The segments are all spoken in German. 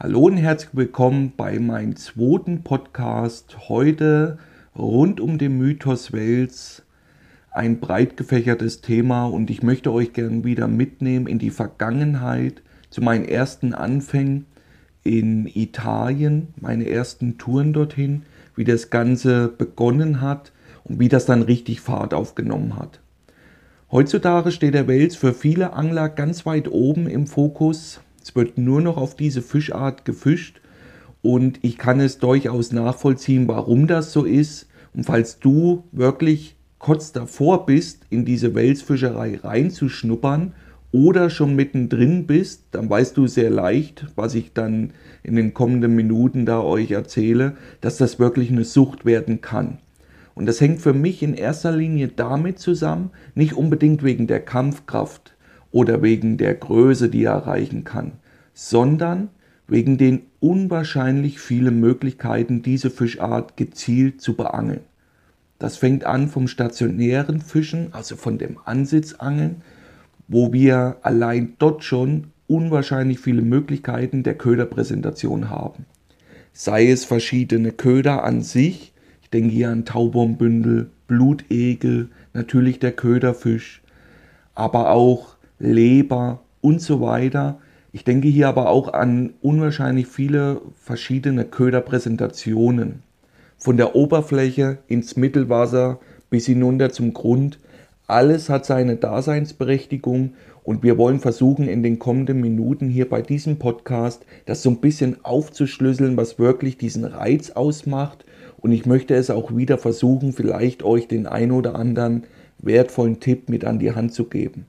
Hallo und herzlich willkommen bei meinem zweiten Podcast. Heute rund um den Mythos Wels. Ein breit gefächertes Thema und ich möchte euch gerne wieder mitnehmen in die Vergangenheit zu meinen ersten Anfängen in Italien, meine ersten Touren dorthin, wie das Ganze begonnen hat und wie das dann richtig Fahrt aufgenommen hat. Heutzutage steht der Wels für viele Angler ganz weit oben im Fokus. Es wird nur noch auf diese Fischart gefischt und ich kann es durchaus nachvollziehen, warum das so ist. Und falls du wirklich kurz davor bist, in diese Welsfischerei reinzuschnuppern oder schon mittendrin bist, dann weißt du sehr leicht, was ich dann in den kommenden Minuten da euch erzähle, dass das wirklich eine Sucht werden kann. Und das hängt für mich in erster Linie damit zusammen, nicht unbedingt wegen der Kampfkraft oder wegen der Größe, die er erreichen kann, sondern wegen den unwahrscheinlich vielen Möglichkeiten, diese Fischart gezielt zu beangeln. Das fängt an vom stationären Fischen, also von dem Ansitzangeln, wo wir allein dort schon unwahrscheinlich viele Möglichkeiten der Köderpräsentation haben. Sei es verschiedene Köder an sich, ich denke hier an Tauwurmbündel, Blutegel, natürlich der Köderfisch, aber auch Leber und so weiter. Ich denke hier aber auch an unwahrscheinlich viele verschiedene Köderpräsentationen. Von der Oberfläche ins Mittelwasser bis hinunter zum Grund. Alles hat seine Daseinsberechtigung und wir wollen versuchen, in den kommenden Minuten hier bei diesem Podcast das so ein bisschen aufzuschlüsseln, was wirklich diesen Reiz ausmacht. Und ich möchte es auch wieder versuchen, vielleicht euch den ein oder anderen wertvollen Tipp mit an die Hand zu geben.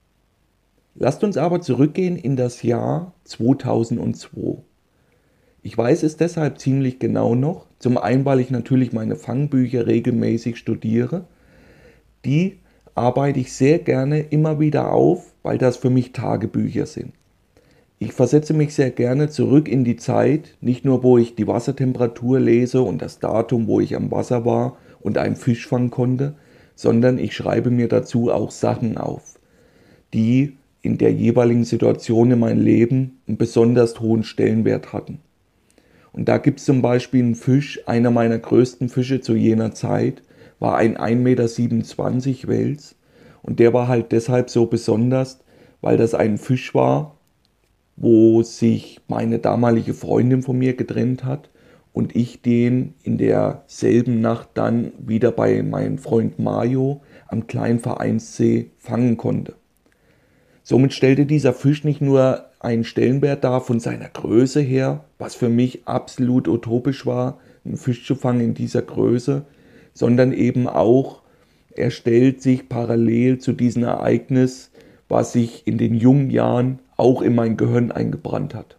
Lasst uns aber zurückgehen in das Jahr 2002. Ich weiß es deshalb ziemlich genau noch, zum einen, weil ich natürlich meine Fangbücher regelmäßig studiere. Die arbeite ich sehr gerne immer wieder auf, weil das für mich Tagebücher sind. Ich versetze mich sehr gerne zurück in die Zeit, nicht nur wo ich die Wassertemperatur lese und das Datum, wo ich am Wasser war und einen Fisch fangen konnte, sondern ich schreibe mir dazu auch Sachen auf, die in der jeweiligen Situation in meinem Leben einen besonders hohen Stellenwert hatten. Und da gibt es zum Beispiel einen Fisch, einer meiner größten Fische zu jener Zeit, war ein 1,27 Meter Wels und der war halt deshalb so besonders, weil das ein Fisch war, wo sich meine damalige Freundin von mir getrennt hat und ich den in derselben Nacht dann wieder bei meinem Freund Mario am kleinen Vereinssee fangen konnte. Somit stellte dieser Fisch nicht nur einen Stellenwert dar von seiner Größe her, was für mich absolut utopisch war, einen Fisch zu fangen in dieser Größe, sondern eben auch, er stellt sich parallel zu diesem Ereignis, was sich in den jungen Jahren auch in mein Gehirn eingebrannt hat.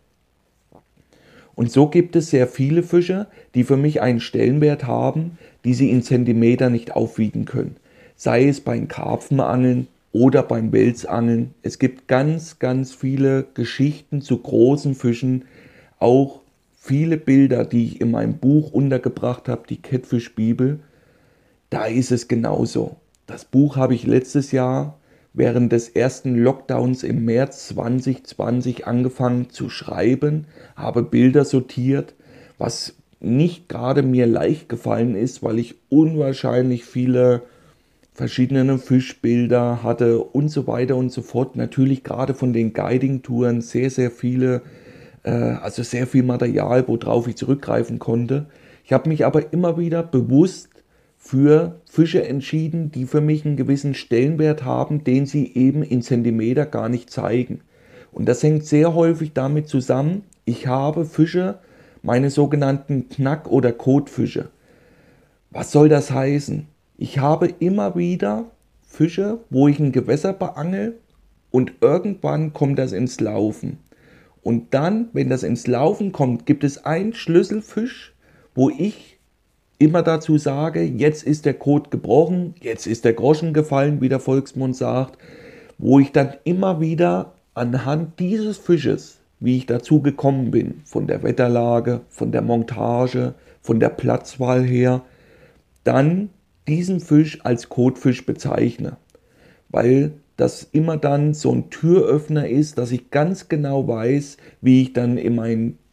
Und so gibt es sehr viele Fische, die für mich einen Stellenwert haben, die sie in Zentimeter nicht aufwiegen können. Sei es beim Karpfenangeln oder beim Welsangeln. Es gibt ganz, ganz viele Geschichten zu großen Fischen, auch viele Bilder, die ich in meinem Buch untergebracht habe, die Catfish-Bibel. Da ist es genauso. Das Buch habe ich letztes Jahr während des ersten Lockdowns im März 2020 angefangen zu schreiben, habe Bilder sortiert, was nicht gerade mir leicht gefallen ist, weil ich unwahrscheinlich viele verschiedene Fischbilder hatte und so weiter und so fort. Natürlich gerade von den Guiding-Touren sehr, sehr viele, also sehr viel Material, worauf ich zurückgreifen konnte. Ich habe mich aber immer wieder bewusst für Fische entschieden, die für mich einen gewissen Stellenwert haben, den sie eben in Zentimeter gar nicht zeigen. Und das hängt sehr häufig damit zusammen, ich habe Fische, meine sogenannten Knack- oder Kotfische. Was soll das heißen? Ich habe immer wieder Fische, wo ich ein Gewässer beangel und irgendwann kommt das ins Laufen. Und dann, wenn das ins Laufen kommt, gibt es einen Schlüsselfisch, wo ich immer dazu sage, jetzt ist der Kot gebrochen, jetzt ist der Groschen gefallen, wie der Volksmund sagt, wo ich dann immer wieder anhand dieses Fisches, wie ich dazu gekommen bin, von der Wetterlage, von der Montage, von der Platzwahl her, dann diesen Fisch als Kotfisch bezeichne, weil das immer dann so ein Türöffner ist, dass ich ganz genau weiß, wie ich dann in meinen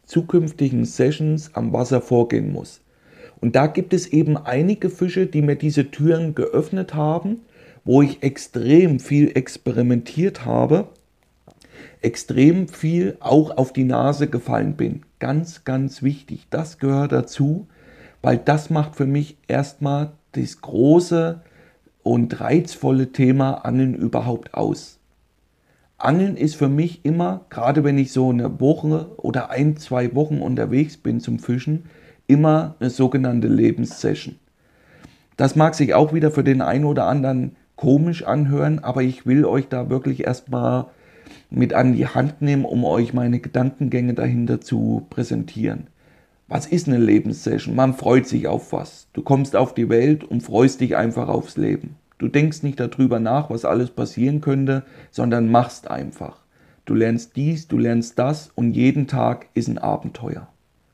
zukünftigen Sessions am Wasser vorgehen muss. Und da gibt es eben einige Fische, die mir diese Türen geöffnet haben, wo ich extrem viel experimentiert habe, extrem viel auch auf die Nase gefallen bin. Ganz, ganz wichtig, das gehört dazu, weil das macht für mich erstmal das große und reizvolle Thema Angeln überhaupt aus. Angeln ist für mich immer, gerade wenn ich so eine Woche oder 1, 2 Wochen unterwegs bin zum Fischen, immer eine sogenannte Lebenssession. Das mag sich auch wieder für den einen oder anderen komisch anhören, aber ich will euch da wirklich erstmal mit an die Hand nehmen, um euch meine Gedankengänge dahinter zu präsentieren. Was ist eine Lebenssession? Man freut sich auf was. Du kommst auf die Welt und freust dich einfach aufs Leben. Du denkst nicht darüber nach, was alles passieren könnte, sondern machst einfach. Du lernst dies, du lernst das und jeden Tag ist ein Abenteuer.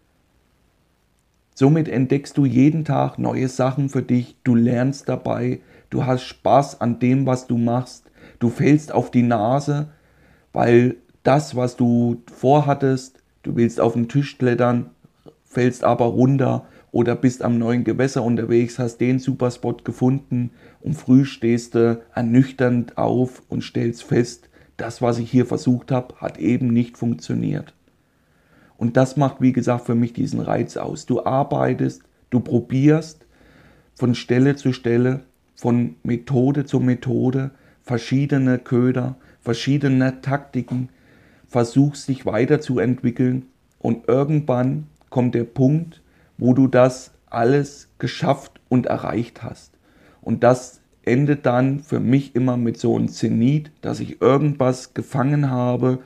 Somit entdeckst du jeden Tag neue Sachen für dich, du lernst dabei, du hast Spaß an dem, was du machst, du fällst auf die Nase, weil das, was du vorhattest, du willst auf den Tisch klettern, fällst aber runter oder bist am neuen Gewässer unterwegs, hast den Superspot gefunden und früh stehst du ernüchternd auf und stellst fest, das, was ich hier versucht habe, hat eben nicht funktioniert. Und das macht, wie gesagt, für mich diesen Reiz aus. Du arbeitest, du probierst von Stelle zu Stelle, von Methode zu Methode, verschiedene Köder, verschiedene Taktiken, versuchst dich weiterzuentwickeln und irgendwann kommt der Punkt, wo du das alles geschafft und erreicht hast. Und das endet dann für mich immer mit so einem Zenit, dass ich irgendwas gefangen habe,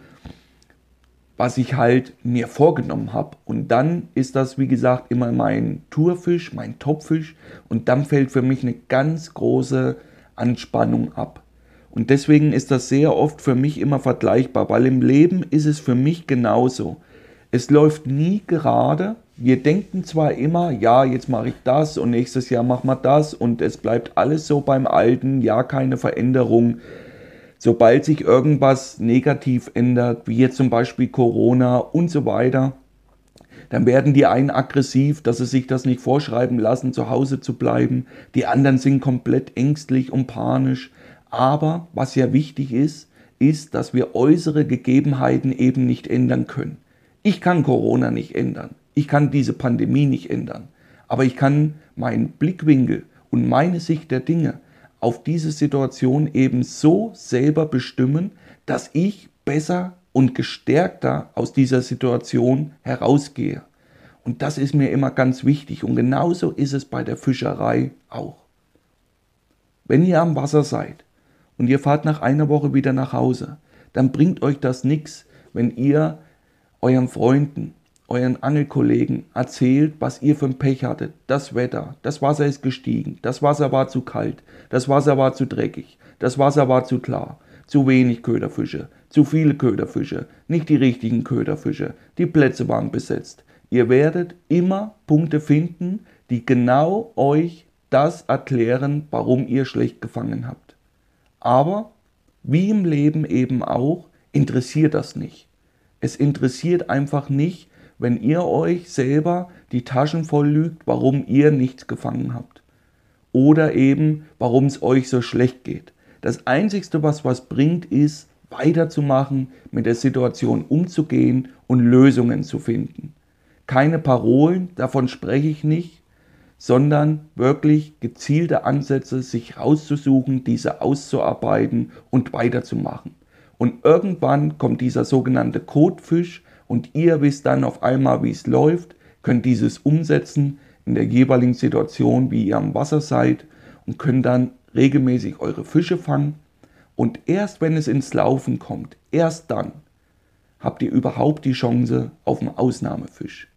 was ich halt mir vorgenommen habe. Und dann ist das, wie gesagt, immer mein Tourfisch, mein Topfisch. Und dann fällt für mich eine ganz große Anspannung ab. Und deswegen ist das sehr oft für mich immer vergleichbar, weil im Leben ist es für mich genauso. Es läuft nie gerade. Wir denken zwar immer, ja, jetzt mache ich das und nächstes Jahr machen wir das und es bleibt alles so beim Alten, ja, keine Veränderung. Sobald sich irgendwas negativ ändert, wie jetzt zum Beispiel Corona und so weiter, dann werden die einen aggressiv, dass sie sich das nicht vorschreiben lassen, zu Hause zu bleiben. Die anderen sind komplett ängstlich und panisch. Aber was ja wichtig ist, ist, dass wir äußere Gegebenheiten eben nicht ändern können. Ich kann Corona nicht ändern. Ich kann diese Pandemie nicht ändern. Aber ich kann meinen Blickwinkel und meine Sicht der Dinge auf diese Situation eben so selber bestimmen, dass ich besser und gestärkter aus dieser Situation herausgehe. Und das ist mir immer ganz wichtig. Und genauso ist es bei der Fischerei auch. Wenn ihr am Wasser seid und ihr fahrt nach einer Woche wieder nach Hause, dann bringt euch das nichts, wenn ihr euren Freunden, euren Angelkollegen erzählt, was ihr für ein Pech hattet. Das Wetter, das Wasser ist gestiegen, das Wasser war zu kalt, das Wasser war zu dreckig, das Wasser war zu klar, zu wenig Köderfische, zu viele Köderfische, nicht die richtigen Köderfische, die Plätze waren besetzt. Ihr werdet immer Punkte finden, die genau euch das erklären, warum ihr schlecht gefangen habt. Aber, wie im Leben eben auch, interessiert das nicht. Es interessiert einfach nicht, wenn ihr euch selber die Taschen voll lügt, warum ihr nichts gefangen habt. Oder eben, warum es euch so schlecht geht. Das Einzige, was bringt, ist, weiterzumachen, mit der Situation umzugehen und Lösungen zu finden. Keine Parolen, davon spreche ich nicht, sondern wirklich gezielte Ansätze, sich rauszusuchen, diese auszuarbeiten und weiterzumachen. Und irgendwann kommt dieser sogenannte Kotfisch und ihr wisst dann auf einmal, wie es läuft, könnt dieses umsetzen in der jeweiligen Situation, wie ihr am Wasser seid und könnt dann regelmäßig eure Fische fangen. Und erst wenn es ins Laufen kommt, erst dann habt ihr überhaupt die Chance auf einen Ausnahmefisch.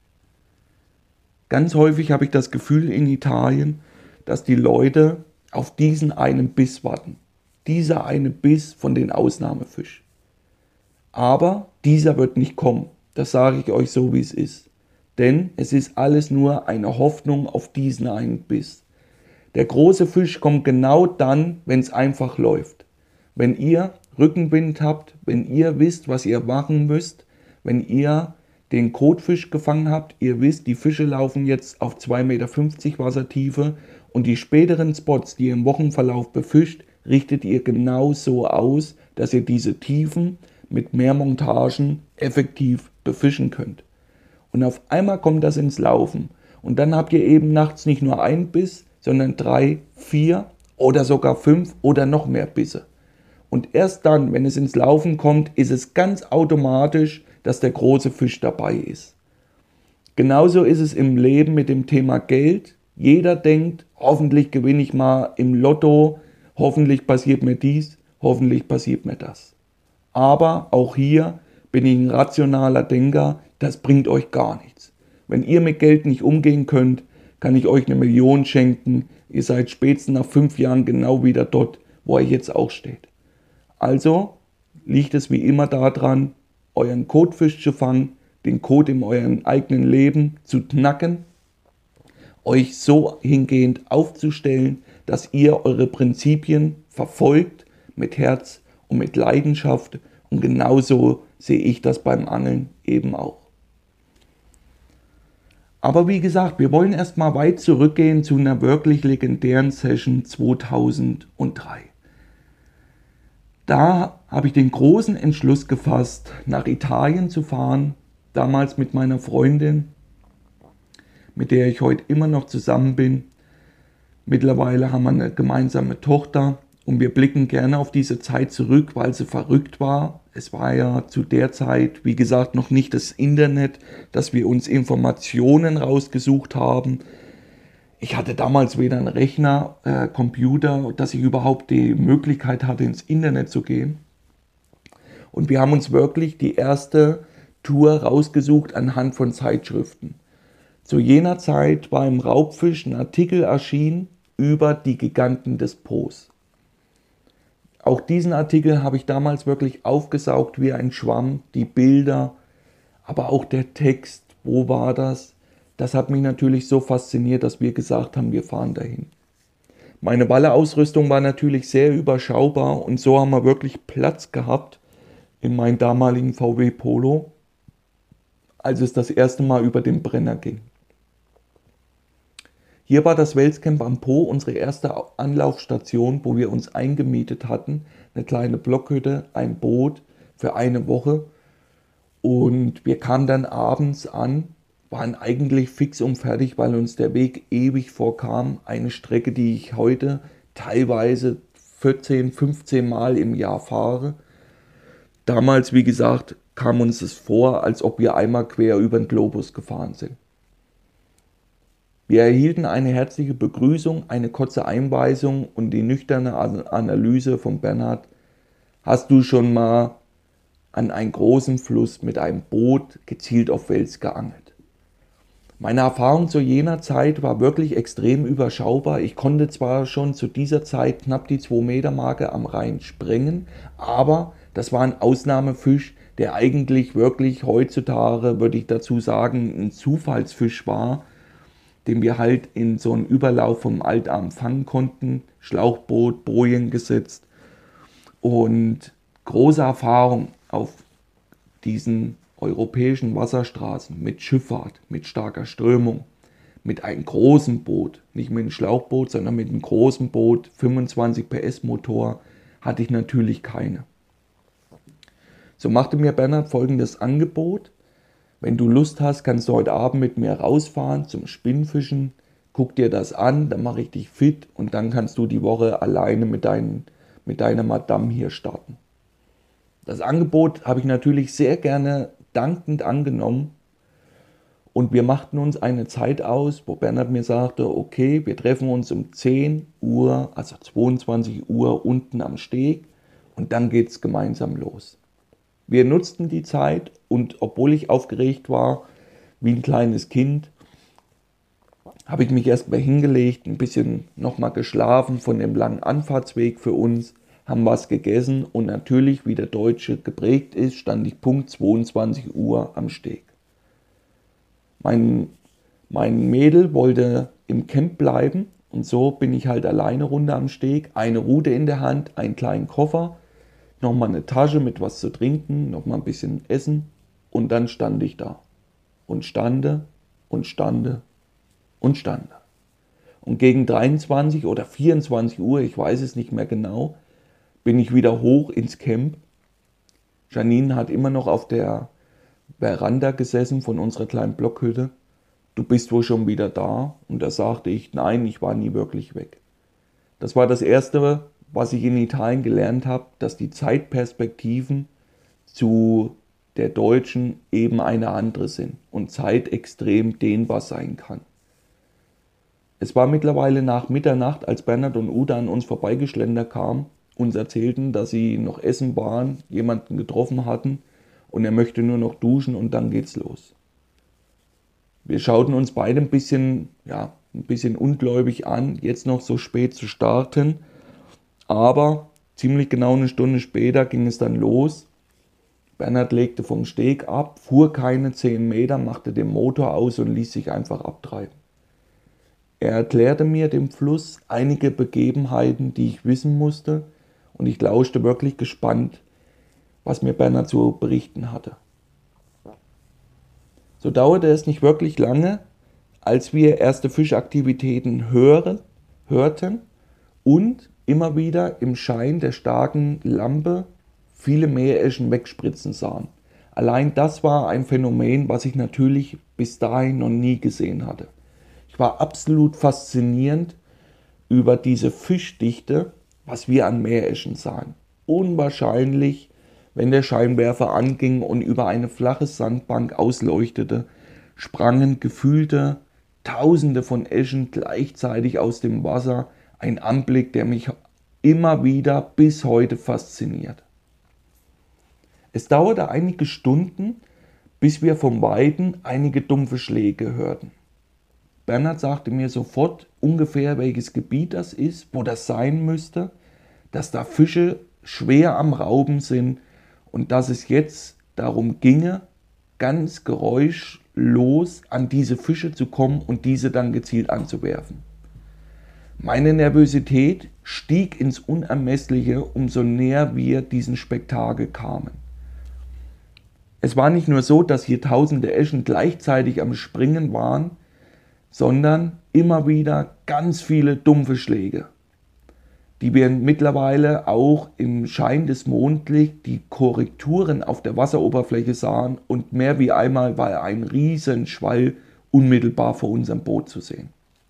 Ganz häufig habe ich das Gefühl in Italien, dass die Leute auf diesen einen Biss warten. Dieser eine Biss von den Ausnahmefisch. Aber dieser wird nicht kommen. Das sage ich euch so, wie es ist. Denn es ist alles nur eine Hoffnung auf diesen einen Biss. Der große Fisch kommt genau dann, wenn es einfach läuft. Wenn ihr Rückenwind habt, wenn ihr wisst, was ihr machen müsst, wenn ihr den Kotfisch gefangen habt, ihr wisst, die Fische laufen jetzt auf 2,50 Meter Wassertiefe und die späteren Spots, die ihr im Wochenverlauf befischt, richtet ihr genau so aus, dass ihr diese Tiefen mit mehr Montagen effektiv befischen könnt. Und auf einmal kommt das ins Laufen und dann habt ihr eben nachts nicht nur einen Biss, sondern 3, 4 oder sogar 5 oder noch mehr Bisse. Und erst dann, wenn es ins Laufen kommt, ist es ganz automatisch, dass der große Fisch dabei ist. Genauso ist es im Leben mit dem Thema Geld. Jeder denkt, hoffentlich gewinne ich mal im Lotto, hoffentlich passiert mir dies, hoffentlich passiert mir das. Aber auch hier bin ich ein rationaler Denker, das bringt euch gar nichts. Wenn ihr mit Geld nicht umgehen könnt, kann ich euch 1.000.000 schenken. Ihr seid spätestens nach 5 Jahren genau wieder dort, wo ihr jetzt auch steht. Also liegt es wie immer daran, euren Kotfisch zu fangen, den Kot in eurem eigenen Leben zu knacken, euch so hingehend aufzustellen, dass ihr eure Prinzipien verfolgt mit Herz und mit Leidenschaft. Und genauso sehe ich das beim Angeln eben auch. Aber wie gesagt, wir wollen erstmal weit zurückgehen zu einer wirklich legendären Session 2003. Da habe ich den großen Entschluss gefasst, nach Italien zu fahren, damals mit meiner Freundin, mit der ich heute immer noch zusammen bin. Mittlerweile haben wir eine gemeinsame Tochter und wir blicken gerne auf diese Zeit zurück, weil sie verrückt war. Es war ja zu der Zeit, wie gesagt, noch nicht das Internet, dass wir uns Informationen rausgesucht haben. Ich hatte damals weder einen Rechner, Computer, dass ich überhaupt die Möglichkeit hatte, ins Internet zu gehen. Und wir haben uns wirklich die erste Tour rausgesucht anhand von Zeitschriften. Zu jener Zeit war im Raubfisch ein Artikel erschienen über die Giganten des Poos. Auch diesen Artikel habe ich damals wirklich aufgesaugt wie ein Schwamm, die Bilder, aber auch der Text, wo war das? Das hat mich natürlich so fasziniert, dass wir gesagt haben, wir fahren dahin. Meine Walleausrüstung war natürlich sehr überschaubar und so haben wir wirklich Platz gehabt in meinem damaligen VW Polo, als es das erste Mal über den Brenner ging. Hier war das Welscamp am Po unsere erste Anlaufstation, wo wir uns eingemietet hatten. Eine kleine Blockhütte, ein Boot für eine Woche. Und wir kamen dann abends an, waren eigentlich fix und fertig, weil uns der Weg ewig vorkam. Eine Strecke, die ich heute teilweise 14, 15 Mal im Jahr fahre. Damals, wie gesagt, kam uns es vor, als ob wir einmal quer über den Globus gefahren sind. Wir erhielten eine herzliche Begrüßung, eine kurze Einweisung und die nüchterne Analyse von Bernhard. Hast du schon mal an einen großen Fluss mit einem Boot gezielt auf Wels geangelt? Meine Erfahrung zu jener Zeit war wirklich extrem überschaubar. Ich konnte zwar schon zu dieser Zeit knapp die 2-Meter-Marke am Rhein sprengen, aber das war ein Ausnahmefisch, der eigentlich wirklich heutzutage, würde ich dazu sagen, ein Zufallsfisch war, den wir halt in so einen Überlauf vom Altarm fangen konnten, Schlauchboot, Bojen gesetzt und große Erfahrung auf diesen europäischen Wasserstraßen mit Schifffahrt, mit starker Strömung, mit einem großen Boot, nicht mit einem Schlauchboot, sondern mit einem großen Boot, 25 PS Motor, hatte ich natürlich keine. So machte mir Bernhard folgendes Angebot: Wenn du Lust hast, kannst du heute Abend mit mir rausfahren zum Spinnfischen. Guck dir das an, dann mache ich dich fit und dann kannst du die Woche alleine mit deiner Madame hier starten. Das Angebot habe ich natürlich sehr gerne dankend angenommen und wir machten uns eine Zeit aus, wo Bernhard mir sagte, okay, wir treffen uns um 10 Uhr, also 22 Uhr unten am Steg und dann geht es gemeinsam los. Wir nutzten die Zeit und obwohl ich aufgeregt war, wie ein kleines Kind, habe ich mich erstmal hingelegt, ein bisschen nochmal geschlafen von dem langen Anfahrtsweg für uns, haben was gegessen und natürlich, wie der Deutsche geprägt ist, stand ich Punkt 22 Uhr am Steg. Mein Mädel wollte im Camp bleiben und so bin ich halt alleine runter am Steg, eine Rute in der Hand, einen kleinen Koffer, nochmal eine Tasche mit was zu trinken, nochmal ein bisschen Essen und dann stand ich da. und stande und stande und stande. Und gegen 23 oder 24 Uhr, ich weiß es nicht mehr genau, bin ich wieder hoch ins Camp. Janine hat immer noch auf der Veranda gesessen von unserer kleinen Blockhütte. Du bist wohl schon wieder da? Und da sagte ich, nein, ich war nie wirklich weg. Das war das Erste, was ich in Italien gelernt habe, dass die Zeitperspektiven zu der deutschen eben eine andere sind und Zeit extrem dehnbar sein kann. Es war mittlerweile nach Mitternacht, als Bernhard und Uda an uns vorbeigeschlendert kamen, uns erzählten, dass sie noch essen waren, jemanden getroffen hatten und er möchte nur noch duschen und dann geht's los. Wir schauten uns beide ein bisschen ungläubig an, jetzt noch so spät zu starten, aber ziemlich genau eine Stunde später ging es dann los. Bernhard legte vom Steg ab, fuhr keine 10 Meter, machte den Motor aus und ließ sich einfach abtreiben. Er erklärte mir dem Fluss einige Begebenheiten, die ich wissen musste, und ich lauschte wirklich gespannt, was mir Bernhard zu berichten hatte. So dauerte es nicht wirklich lange, als wir erste Fischaktivitäten hörten und immer wieder im Schein der starken Lampe viele Meereschen wegspritzen sahen. Allein das war ein Phänomen, was ich natürlich bis dahin noch nie gesehen hatte. Ich war absolut faszinierend über diese Fischdichte, was wir an Meereschen sahen. Unwahrscheinlich, wenn der Scheinwerfer anging und über eine flache Sandbank ausleuchtete, sprangen gefühlte Tausende von Eschen gleichzeitig aus dem Wasser. Ein Anblick, der mich immer wieder bis heute fasziniert. Es dauerte einige Stunden, bis wir vom Weiten einige dumpfe Schläge hörten. Bernhard sagte mir sofort ungefähr, welches Gebiet das ist, wo das sein müsste, dass da Fische schwer am Rauben sind und dass es jetzt darum ginge, ganz geräuschlos an diese Fische zu kommen und diese dann gezielt anzuwerfen. Meine Nervosität stieg ins Unermessliche, umso näher wir diesem Spektakel kamen. Es war nicht nur so, dass hier tausende Eschen gleichzeitig am Springen waren, sondern immer wieder ganz viele dumpfe Schläge, die wir mittlerweile auch im Schein des Mondlichts die Korrekturen auf der Wasseroberfläche sahen und mehr wie einmal war ein riesen Schwall unmittelbar vor unserem Boot zu sehen.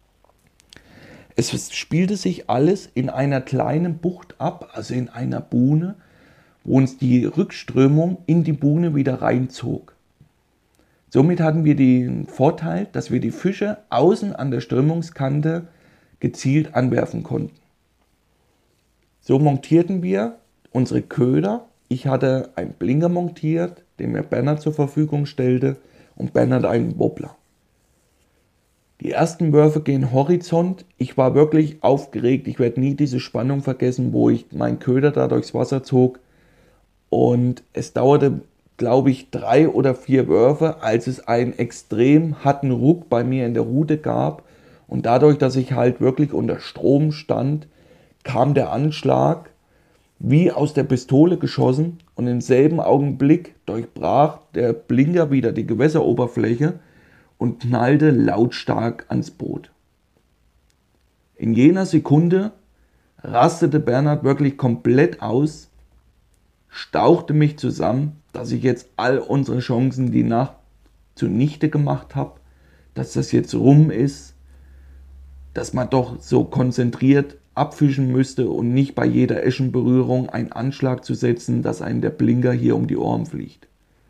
Es spielte sich alles in einer kleinen Bucht ab, also in einer Buhne, wo uns die Rückströmung in die Buhne wieder reinzog. Somit hatten wir den Vorteil, dass wir die Fische außen an der Strömungskante gezielt anwerfen konnten. So montierten wir unsere Köder. Ich hatte einen Blinker montiert, den mir Bernhard zur Verfügung stellte, und Bernhard einen Wobbler. Die ersten Würfe gehen Horizont. Ich war wirklich aufgeregt. Ich werde nie diese Spannung vergessen, wo ich meinen Köder da durchs Wasser zog. Und es dauerte, glaube ich, 3 oder 4 Würfe, als es einen extrem harten Ruck bei mir in der Rute gab. Und dadurch, dass ich halt wirklich unter Strom stand, kam der Anschlag wie aus der Pistole geschossen und im selben Augenblick durchbrach der Blinker wieder die Gewässeroberfläche und knallte lautstark ans Boot. In jener Sekunde rastete Bernhard wirklich komplett aus, stauchte mich zusammen, dass ich jetzt all unsere Chancen die Nacht zunichte gemacht habe, dass das jetzt rum ist, dass man doch so konzentriert abfischen müsste und nicht bei jeder Eschenberührung einen Anschlag zu setzen, dass einem der Blinker hier um die Ohren fliegt.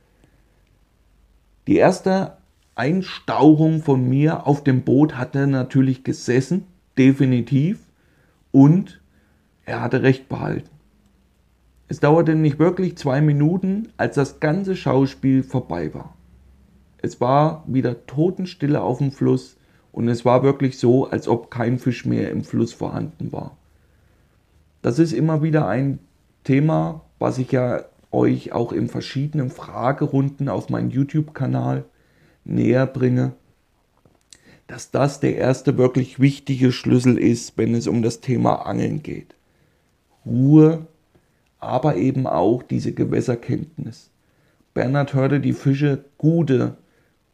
Die erste Einstauchung von mir auf dem Boot hatte natürlich gesessen, definitiv, und er hatte recht behalten. Es dauerte nicht wirklich 2 Minuten, als das ganze Schauspiel vorbei war. Es war wieder Totenstille auf dem Fluss und es war wirklich so, als ob kein Fisch mehr im Fluss vorhanden war. Das ist immer wieder ein Thema, was ich ja euch auch in verschiedenen Fragerunden auf meinem YouTube-Kanal näher bringe, dass das der erste wirklich wichtige Schlüssel ist, wenn es um das Thema Angeln geht. Ruhe, aber eben auch diese Gewässerkenntnis. Bernhard hörte die Fische gute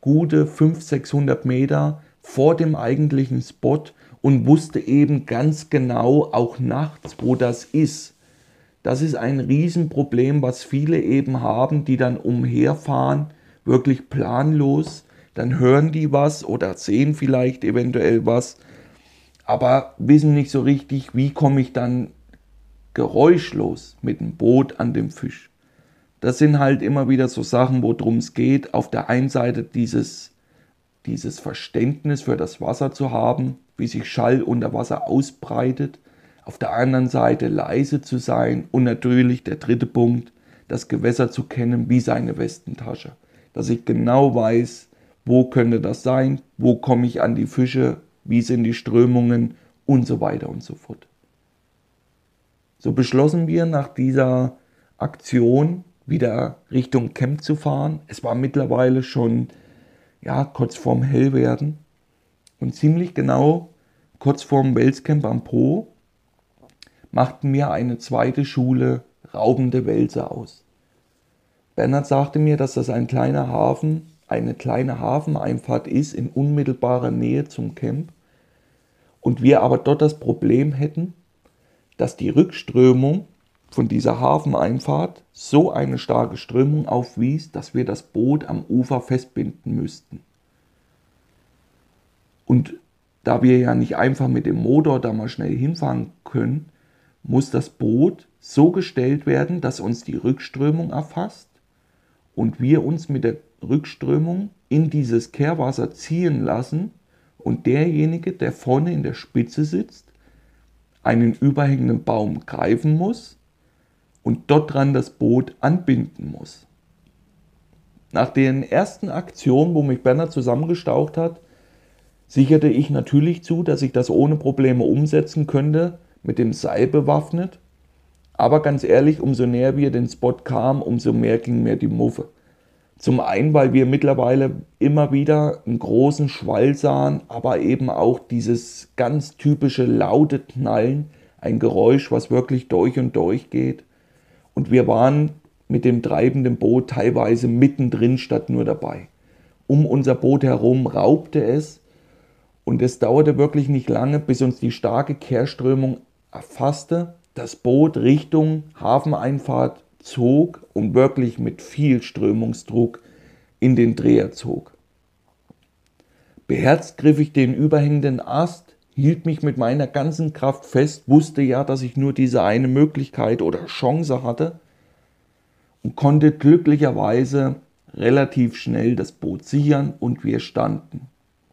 gute 500-600 Meter vor dem eigentlichen Spot und wusste eben ganz genau, auch nachts, wo das ist. Das ist ein Riesenproblem, was viele eben haben, die dann umherfahren, wirklich planlos. Dann hören die was oder sehen vielleicht eventuell was, aber wissen nicht so richtig, wie komme ich dann geräuschlos mit dem Boot an dem Fisch. Das sind halt immer wieder so Sachen, worum es geht. Auf der einen Seite dieses Verständnis für das Wasser zu haben, wie sich Schall unter Wasser ausbreitet. Auf der anderen Seite leise zu sein und natürlich der dritte Punkt, das Gewässer zu kennen wie seine Westentasche. Dass ich genau weiß, wo könnte das sein, wo komme ich an die Fische, wie sind die Strömungen und so weiter und so fort. So beschlossen wir nach dieser Aktion wieder Richtung Camp zu fahren. Es war mittlerweile schon kurz vorm Hellwerden und ziemlich genau kurz vorm Welscamp am Po machten wir eine zweite Schule raubende Wälse aus. Bernhard sagte mir, dass das ein kleiner Hafen, eine kleine Hafeneinfahrt ist in unmittelbarer Nähe zum Camp und wir aber dort das Problem hätten, dass die Rückströmung von dieser Hafeneinfahrt so eine starke Strömung aufwies, dass wir das Boot am Ufer festbinden müssten. Und da wir ja nicht einfach mit dem Motor da mal schnell hinfahren können, muss das Boot so gestellt werden, dass uns die Rückströmung erfasst und wir uns mit der Rückströmung in dieses Kehrwasser ziehen lassen und derjenige, der vorne in der Spitze sitzt, einen überhängenden Baum greifen muss und dort dran das Boot anbinden muss. Nach den ersten Aktionen, wo mich Bernhard zusammengestaucht hat, sicherte ich natürlich zu, dass ich das ohne Probleme umsetzen könnte, mit dem Seil bewaffnet. Aber ganz ehrlich, umso näher wir den Spot kamen, umso mehr ging mir die Muffe. Zum einen, weil wir mittlerweile immer wieder einen großen Schwall sahen, aber eben auch dieses ganz typische laute Knallen, ein Geräusch, was wirklich durch und durch geht. Und wir waren mit dem treibenden Boot teilweise mittendrin statt nur dabei. Um unser Boot herum raubte es und es dauerte wirklich nicht lange, bis uns die starke Kehrströmung erfasste, das Boot Richtung Hafeneinfahrt zog und wirklich mit viel Strömungsdruck in den Dreher zog. Beherzt griff ich den überhängenden Ast, hielt mich mit meiner ganzen Kraft fest, wusste ja, dass ich nur diese eine Möglichkeit oder Chance hatte und konnte glücklicherweise relativ schnell das Boot sichern und wir standen.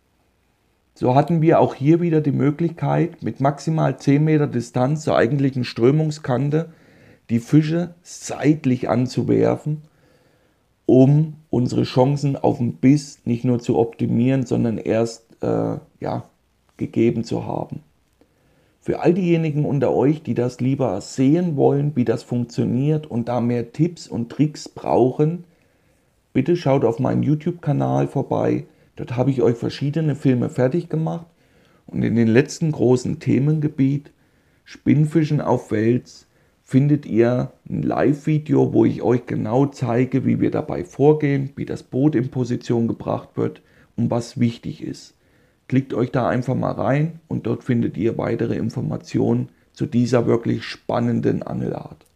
So hatten wir auch hier wieder die Möglichkeit, mit maximal 10 Meter Distanz zur eigentlichen Strömungskante die Fische seitlich anzuwerfen, um unsere Chancen auf den Biss nicht nur zu optimieren, sondern erst gegeben zu haben. Für all diejenigen unter euch, die das lieber sehen wollen, wie das funktioniert und da mehr Tipps und Tricks brauchen, bitte schaut auf meinen YouTube-Kanal vorbei. Dort habe ich euch verschiedene Filme fertig gemacht und in den letzten großen Themengebiet Spinnfischen auf Wels findet ihr ein Live-Video, wo ich euch genau zeige, wie wir dabei vorgehen, wie das Boot in Position gebracht wird und was wichtig ist. Klickt euch da einfach mal rein und dort findet ihr weitere Informationen zu dieser wirklich spannenden Angelart.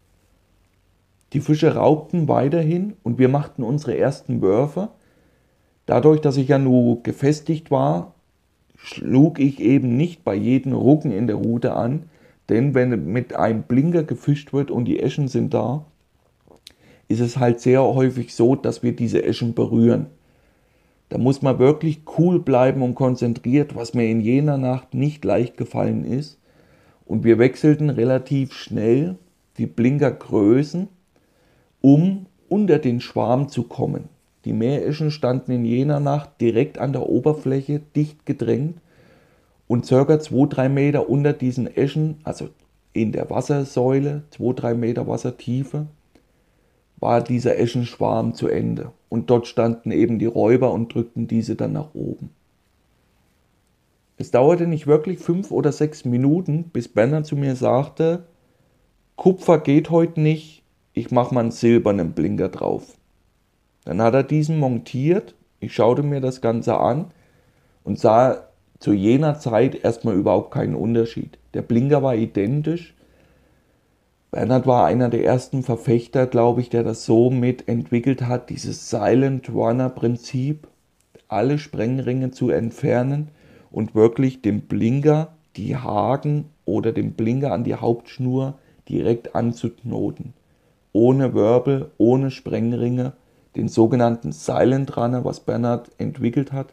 Die Fische raubten weiterhin und wir machten unsere ersten Würfe. Dadurch, dass ich ja nur gefestigt war, schlug ich eben nicht bei jedem Rucken in der Rute an, denn wenn mit einem Blinker gefischt wird und die Äschen sind da, ist es halt sehr häufig so, dass wir diese Äschen berühren. Da muss man wirklich cool bleiben und konzentriert, was mir in jener Nacht nicht leicht gefallen ist. Und wir wechselten relativ schnell die Blinkergrößen, um unter den Schwarm zu kommen. Die Meeräschen standen in jener Nacht direkt an der Oberfläche, dicht gedrängt und ca. 2-3 Meter unter diesen Äschen, also in der Wassersäule, 2-3 Meter Wassertiefe, war dieser Äschenschwarm zu Ende. Und dort standen eben die Räuber und drückten diese dann nach oben. Es dauerte nicht wirklich 5 oder 6 Minuten, bis Bernhard zu mir sagte, Kupfer geht heute nicht, ich mache mal einen silbernen Blinker drauf. Dann hat er diesen montiert Ich schaute mir das Ganze an und sah zu jener Zeit erstmal überhaupt keinen Unterschied. Der Blinker war identisch. Bernhard war einer der ersten Verfechter, glaube ich, der das so mitentwickelt hat, dieses Silent Runner Prinzip, alle Sprengringe zu entfernen und wirklich den Blinker, die Haken oder den Blinker an die Hauptschnur direkt anzuknoten. Ohne Wirbel, ohne Sprengringe, den sogenannten Silent Runner, was Bernhard entwickelt hat.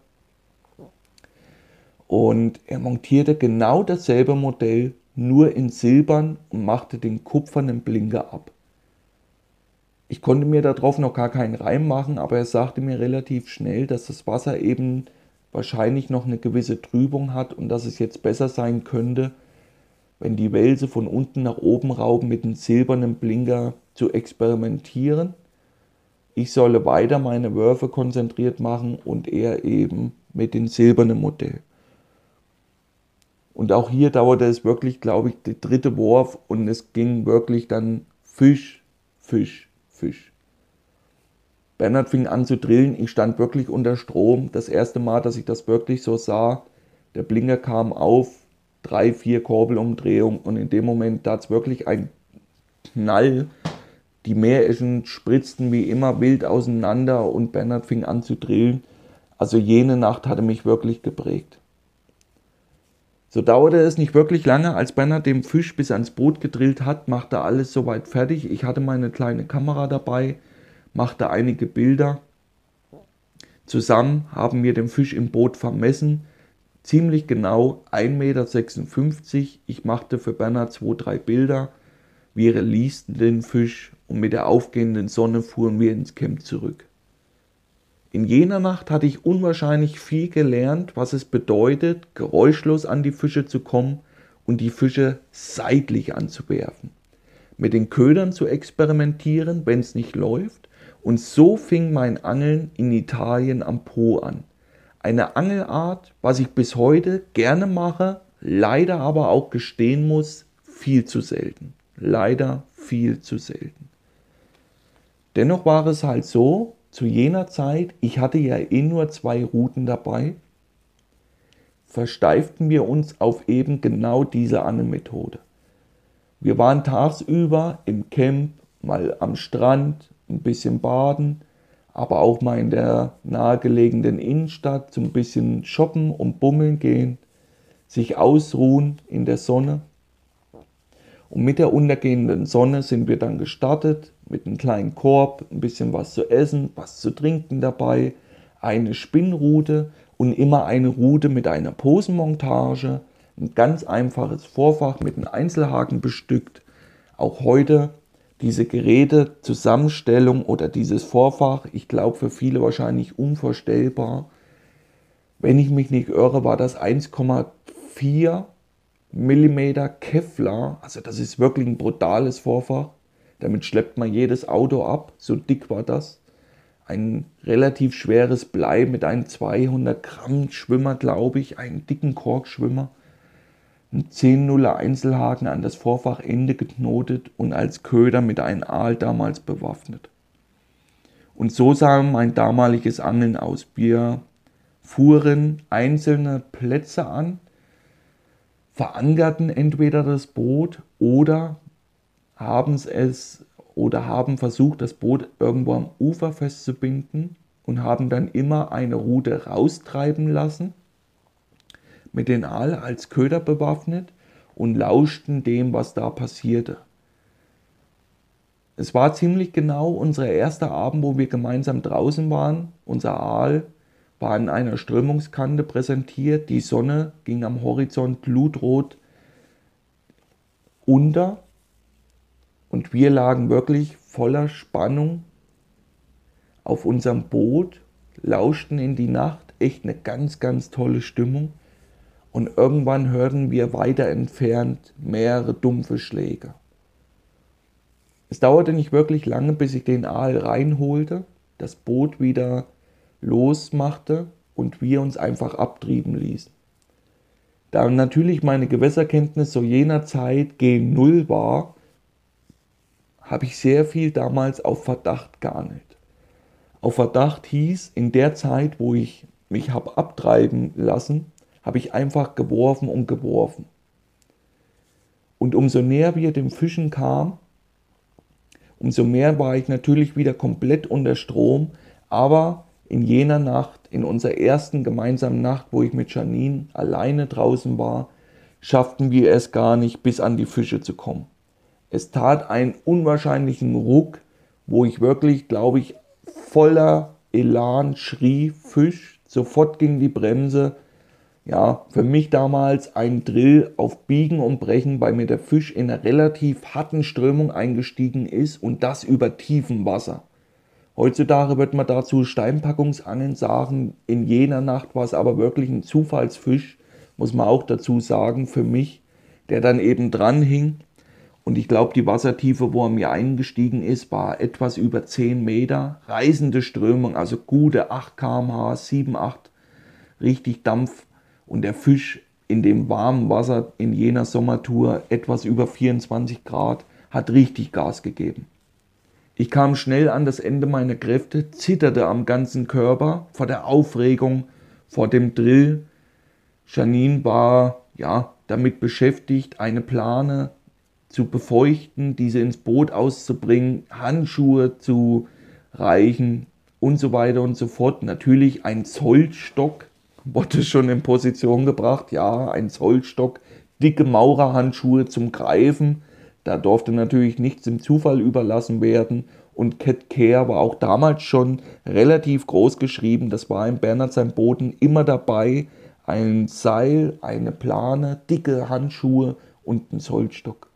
Und er montierte genau dasselbe Modell, nur in Silbern und machte den kupfernen Blinker ab. Ich konnte mir darauf noch gar keinen Reim machen, aber er sagte mir relativ schnell, dass das Wasser eben wahrscheinlich noch eine gewisse Trübung hat und dass es jetzt besser sein könnte, wenn die Welse von unten nach oben rauben, mit dem silbernen Blinker zu experimentieren. Ich solle weiter meine Würfe konzentriert machen und er eben mit dem silbernen Modell. Und auch hier dauerte es wirklich, glaube ich, der dritte Wurf und es ging wirklich dann Fisch, Fisch, Fisch. Bernhard fing an zu drillen, ich stand wirklich unter Strom. Das erste Mal, dass ich das wirklich so sah, der Blinker kam auf, 3, 4 Korbelumdrehungen und in dem Moment tat es wirklich ein Knall. Die Meereschen spritzten wie immer wild auseinander und Bernhard fing an zu drillen. Also jene Nacht hatte mich wirklich geprägt. So dauerte es nicht wirklich lange, als Bernhard den Fisch bis ans Boot gedrillt hat, machte alles soweit fertig. Ich hatte meine kleine Kamera dabei, machte einige Bilder. Zusammen haben wir den Fisch im Boot vermessen, ziemlich genau 1,56 Meter. Ich machte für Bernhard 2, 3 Bilder. Wir releasten den Fisch und mit der aufgehenden Sonne fuhren wir ins Camp zurück. In jener Nacht hatte ich unwahrscheinlich viel gelernt, was es bedeutet, geräuschlos an die Fische zu kommen und die Fische seitlich anzuwerfen. Mit den Ködern zu experimentieren, wenn es nicht läuft. Und so fing mein Angeln in Italien am Po an. Eine Angelart, was ich bis heute gerne mache, leider aber auch gestehen muss, viel zu selten. Leider viel zu selten. Dennoch war es halt so, zu jener Zeit, ich hatte ja nur 2 Routen dabei, versteiften wir uns auf eben genau diese Angelmethode. Wir waren tagsüber im Camp, mal am Strand, ein bisschen baden, aber auch mal in der nahegelegenen Innenstadt so ein bisschen shoppen und bummeln gehen, sich ausruhen in der Sonne. Und mit der untergehenden Sonne sind wir dann gestartet, mit einem kleinen Korb, ein bisschen was zu essen, was zu trinken dabei, eine Spinnrute und immer eine Rute mit einer Posenmontage, ein ganz einfaches Vorfach mit einem Einzelhaken bestückt. Auch heute diese Gerätezusammenstellung oder dieses Vorfach, ich glaube für viele wahrscheinlich unvorstellbar. Wenn ich mich nicht irre, war das 1,4 Millimeter Kevlar, also das ist wirklich ein brutales Vorfach. Damit schleppt man jedes Auto ab, so dick war das. Ein relativ schweres Blei mit einem 200 Gramm Schwimmer, glaube ich, einen dicken Korkschwimmer. Ein 10-0er Einzelhaken an das Vorfachende geknotet und als Köder mit einem Aal damals bewaffnet. Und so sah mein damaliges Angeln aus. Wir fuhren einzelne Plätze an, verankerten entweder das Boot oder haben versucht, das Boot irgendwo am Ufer festzubinden und haben dann immer eine Rute raustreiben lassen, mit den Aal als Köder bewaffnet und lauschten dem, was da passierte. Es war ziemlich genau unser erster Abend, wo wir gemeinsam draußen waren. Unser Aal war an einer Strömungskante präsentiert, die Sonne ging am Horizont blutrot unter und wir lagen wirklich voller Spannung auf unserem Boot, lauschten in die Nacht, echt eine ganz, ganz tolle Stimmung und irgendwann hörten wir weiter entfernt mehrere dumpfe Schläge. Es dauerte nicht wirklich lange, bis ich den Aal reinholte, das Boot wieder losmachte und wir uns einfach abtrieben ließen. Da natürlich meine Gewässerkenntnis zu jener Zeit G0 war, habe ich sehr viel damals auf Verdacht geangelt. Auf Verdacht hieß, in der Zeit, wo ich mich habe abtreiben lassen, habe ich einfach geworfen und geworfen. Und umso näher wir dem Fischen kamen, umso mehr war ich natürlich wieder komplett unter Strom. Aber in jener Nacht, in unserer ersten gemeinsamen Nacht, wo ich mit Janine alleine draußen war, schafften wir es gar nicht, bis an die Fische zu kommen. Es tat einen unwahrscheinlichen Ruck, wo ich wirklich, glaube ich, voller Elan schrie, Fisch, sofort ging die Bremse. Ja, für mich damals ein Drill auf Biegen und Brechen, weil mir der Fisch in einer relativ harten Strömung eingestiegen ist und das über tiefem Wasser. Heutzutage wird man dazu Steinpackungsangeln sagen. In jener Nacht war es aber wirklich ein Zufallsfisch, muss man auch dazu sagen, für mich, der dann eben dran hing. Und ich glaube, die Wassertiefe, wo er mir eingestiegen ist, war etwas über 10 Meter. Reißende Strömung, also gute 8 km/h, 7, 8, richtig Dampf. Und der Fisch in dem warmen Wasser in jener Sommertour, etwas über 24 Grad, hat richtig Gas gegeben. Ich kam schnell an das Ende meiner Kräfte, zitterte am ganzen Körper vor der Aufregung, vor dem Drill. Janine war damit beschäftigt, eine Plane zu befeuchten, diese ins Boot auszubringen, Handschuhe zu reichen und so weiter und so fort. Natürlich ein Zollstock wurde schon in Position gebracht, ja, ein Zollstock, dicke Maurerhandschuhe zum Greifen. Da durfte natürlich nichts dem Zufall überlassen werden. Und Cat Care war auch damals schon relativ groß geschrieben. Das war in Bernhard sein Boden immer dabei. Ein Seil, eine Plane, dicke Handschuhe und ein Zollstock.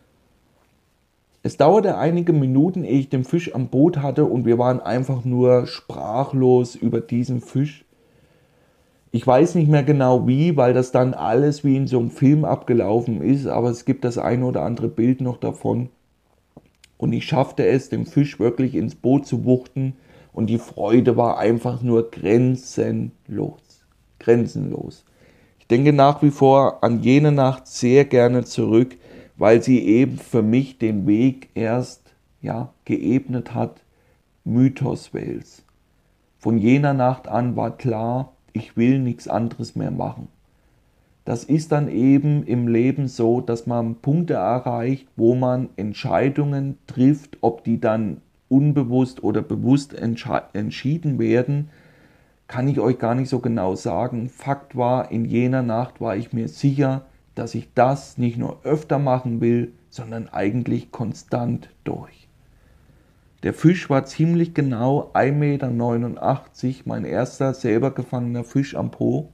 Es dauerte einige Minuten, ehe ich den Fisch am Boot hatte und wir waren einfach nur sprachlos über diesen Fisch. Ich weiß nicht mehr genau wie, weil das dann alles wie in so einem Film abgelaufen ist, aber es gibt das eine oder andere Bild noch davon. Und ich schaffte es, den Fisch wirklich ins Boot zu wuchten und die Freude war einfach nur grenzenlos. Grenzenlos. Ich denke nach wie vor an jene Nacht sehr gerne zurück, weil sie eben für mich den Weg erst geebnet hat, Mythos-Wels. Von jener Nacht an war klar, ich will nichts anderes mehr machen. Das ist dann eben im Leben so, dass man Punkte erreicht, wo man Entscheidungen trifft, ob die dann unbewusst oder bewusst entschieden werden, kann ich euch gar nicht so genau sagen. Fakt war, in jener Nacht war ich mir sicher, dass ich das nicht nur öfter machen will, sondern eigentlich konstant durch. Der Fisch war ziemlich genau 1,89 Meter, mein erster selber gefangener Fisch am Po.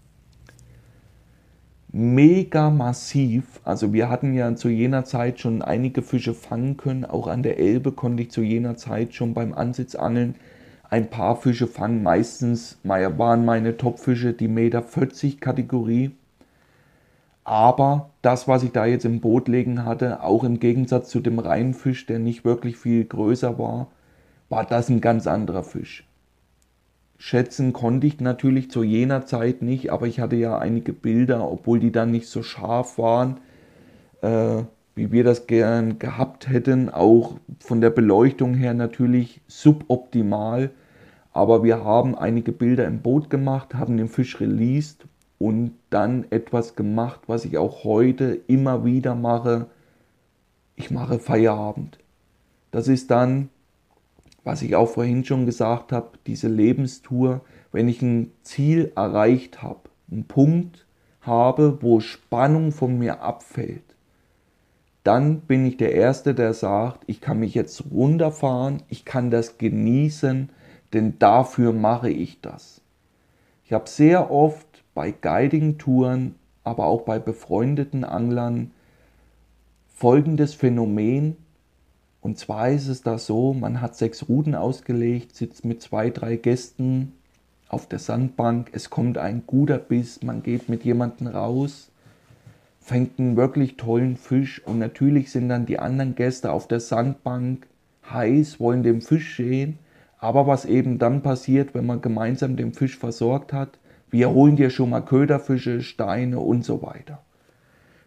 Mega massiv, also wir hatten ja zu jener Zeit schon einige Fische fangen können, auch an der Elbe konnte ich zu jener Zeit schon beim Ansitzangeln ein paar Fische fangen. Meistens waren meine Topfische die 1,40 Meter Kategorie. Aber das, was ich da jetzt im Boot liegen hatte, auch im Gegensatz zu dem Rheinfisch, der nicht wirklich viel größer war, war das ein ganz anderer Fisch. Schätzen konnte ich natürlich zu jener Zeit nicht, aber ich hatte ja einige Bilder, obwohl die dann nicht so scharf waren, wie wir das gern gehabt hätten. Auch von der Beleuchtung her natürlich suboptimal. Aber wir haben einige Bilder im Boot gemacht, haben den Fisch released und dann etwas gemacht, was ich auch heute immer wieder mache. Ich mache Feierabend. Das ist dann, was ich auch vorhin schon gesagt habe, diese Lebenstour, wenn ich ein Ziel erreicht habe, einen Punkt habe, wo Spannung von mir abfällt, dann bin ich der Erste, der sagt, ich kann mich jetzt runterfahren, ich kann das genießen, denn dafür mache ich das. Ich habe sehr oft bei Guiding-Touren, aber auch bei befreundeten Anglern folgendes Phänomen. Und zwar ist es da so, man hat 6 Ruten ausgelegt, sitzt mit 2, 3 Gästen auf der Sandbank, es kommt ein guter Biss, man geht mit jemandem raus, fängt einen wirklich tollen Fisch und natürlich sind dann die anderen Gäste auf der Sandbank heiß, wollen den Fisch sehen. Aber was eben dann passiert, wenn man gemeinsam den Fisch versorgt hat, wir holen dir schon mal Köderfische, Steine und so weiter.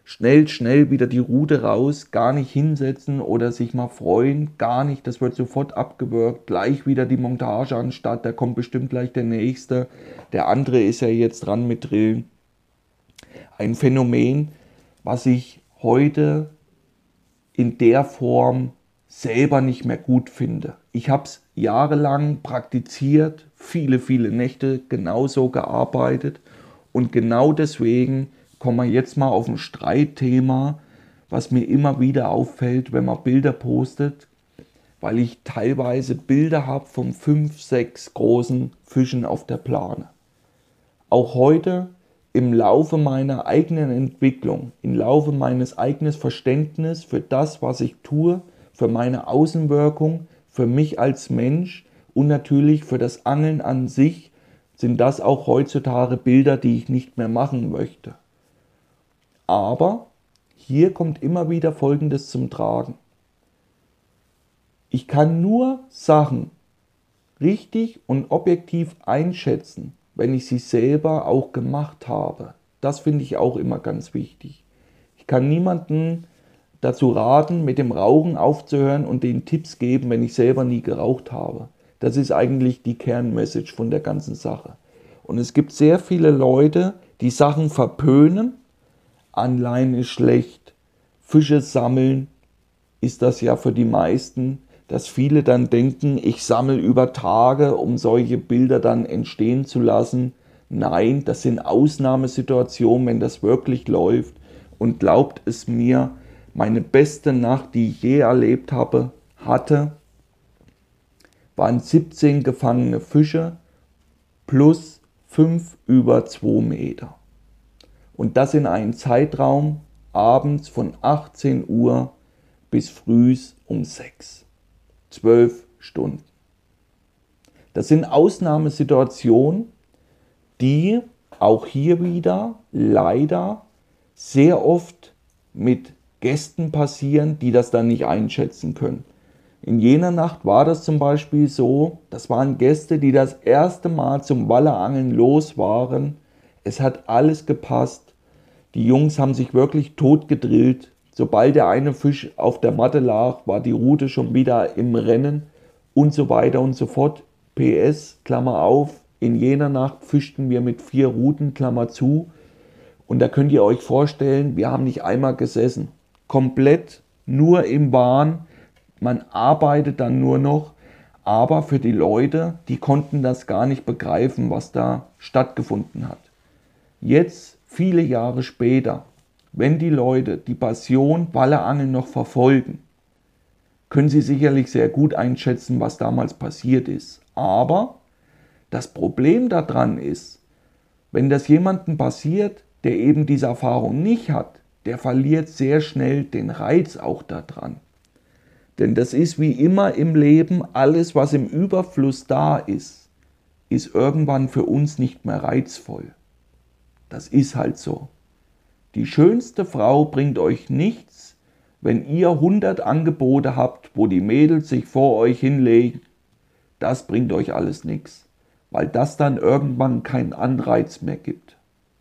schnell wieder die Route raus, gar nicht hinsetzen oder sich mal freuen, gar nicht, das wird sofort abgewürgt, gleich wieder die Montage anstatt, da kommt bestimmt gleich der nächste, der andere ist ja jetzt dran mit Drillen. Ein Phänomen, was ich heute in der Form selber nicht mehr gut finde. Ich habe es jahrelang praktiziert, viele Nächte genauso gearbeitet und genau deswegen kommen wir jetzt mal auf ein Streitthema, was mir immer wieder auffällt, wenn man Bilder postet, weil ich teilweise Bilder habe von 5, 6 großen Fischen auf der Plane. Auch heute im Laufe meiner eigenen Entwicklung, im Laufe meines eigenen Verständnisses für das, was ich tue, für meine Außenwirkung, für mich als Mensch und natürlich für das Angeln an sich, sind das auch heutzutage Bilder, die ich nicht mehr machen möchte. Aber hier kommt immer wieder Folgendes zum Tragen. Ich kann nur Sachen richtig und objektiv einschätzen, wenn ich sie selber auch gemacht habe. Das finde ich auch immer ganz wichtig. Ich kann niemanden dazu raten, mit dem Rauchen aufzuhören und den Tipps geben, wenn ich selber nie geraucht habe. Das ist eigentlich die Kernmessage von der ganzen Sache. Und es gibt sehr viele Leute, die Sachen verpönen. Anleihen ist schlecht, Fische sammeln ist das ja für die meisten, dass viele dann denken, ich sammle über Tage, um solche Bilder dann entstehen zu lassen. Nein, das sind Ausnahmesituationen, wenn das wirklich läuft. Und glaubt es mir, meine beste Nacht, die ich je erlebt hatte, waren 17 gefangene Fische plus 5 über 2 Meter. Und das in einem Zeitraum abends von 18 Uhr bis frühs um 6. 12 Stunden. Das sind Ausnahmesituationen, die auch hier wieder leider sehr oft mit Gästen passieren, die das dann nicht einschätzen können. In jener Nacht war das zum Beispiel so, das waren Gäste, die das erste Mal zum Wallerangeln los waren. Es hat alles gepasst. Die Jungs haben sich wirklich tot gedrillt. Sobald der eine Fisch auf der Matte lag, war die Route schon wieder im Rennen und so weiter und so fort. PS, Klammer auf, in jener Nacht fischten wir mit 4 Routen, Klammer zu. Und da könnt ihr euch vorstellen, wir haben nicht einmal gesessen. Komplett nur im Wahn. Man arbeitet dann nur noch. Aber für die Leute, die konnten das gar nicht begreifen, was da stattgefunden hat. Jetzt, viele Jahre später, wenn die Leute die Passion Wallerangeln noch verfolgen, können sie sicherlich sehr gut einschätzen, was damals passiert ist. Aber das Problem daran ist, wenn das jemandem passiert, der eben diese Erfahrung nicht hat, der verliert sehr schnell den Reiz auch daran. Denn das ist wie immer im Leben, alles was im Überfluss da ist irgendwann für uns nicht mehr reizvoll. Das ist halt so. Die schönste Frau bringt euch nichts, wenn ihr 100 Angebote habt, wo die Mädels sich vor euch hinlegen. Das bringt euch alles nichts, weil das dann irgendwann keinen Anreiz mehr gibt.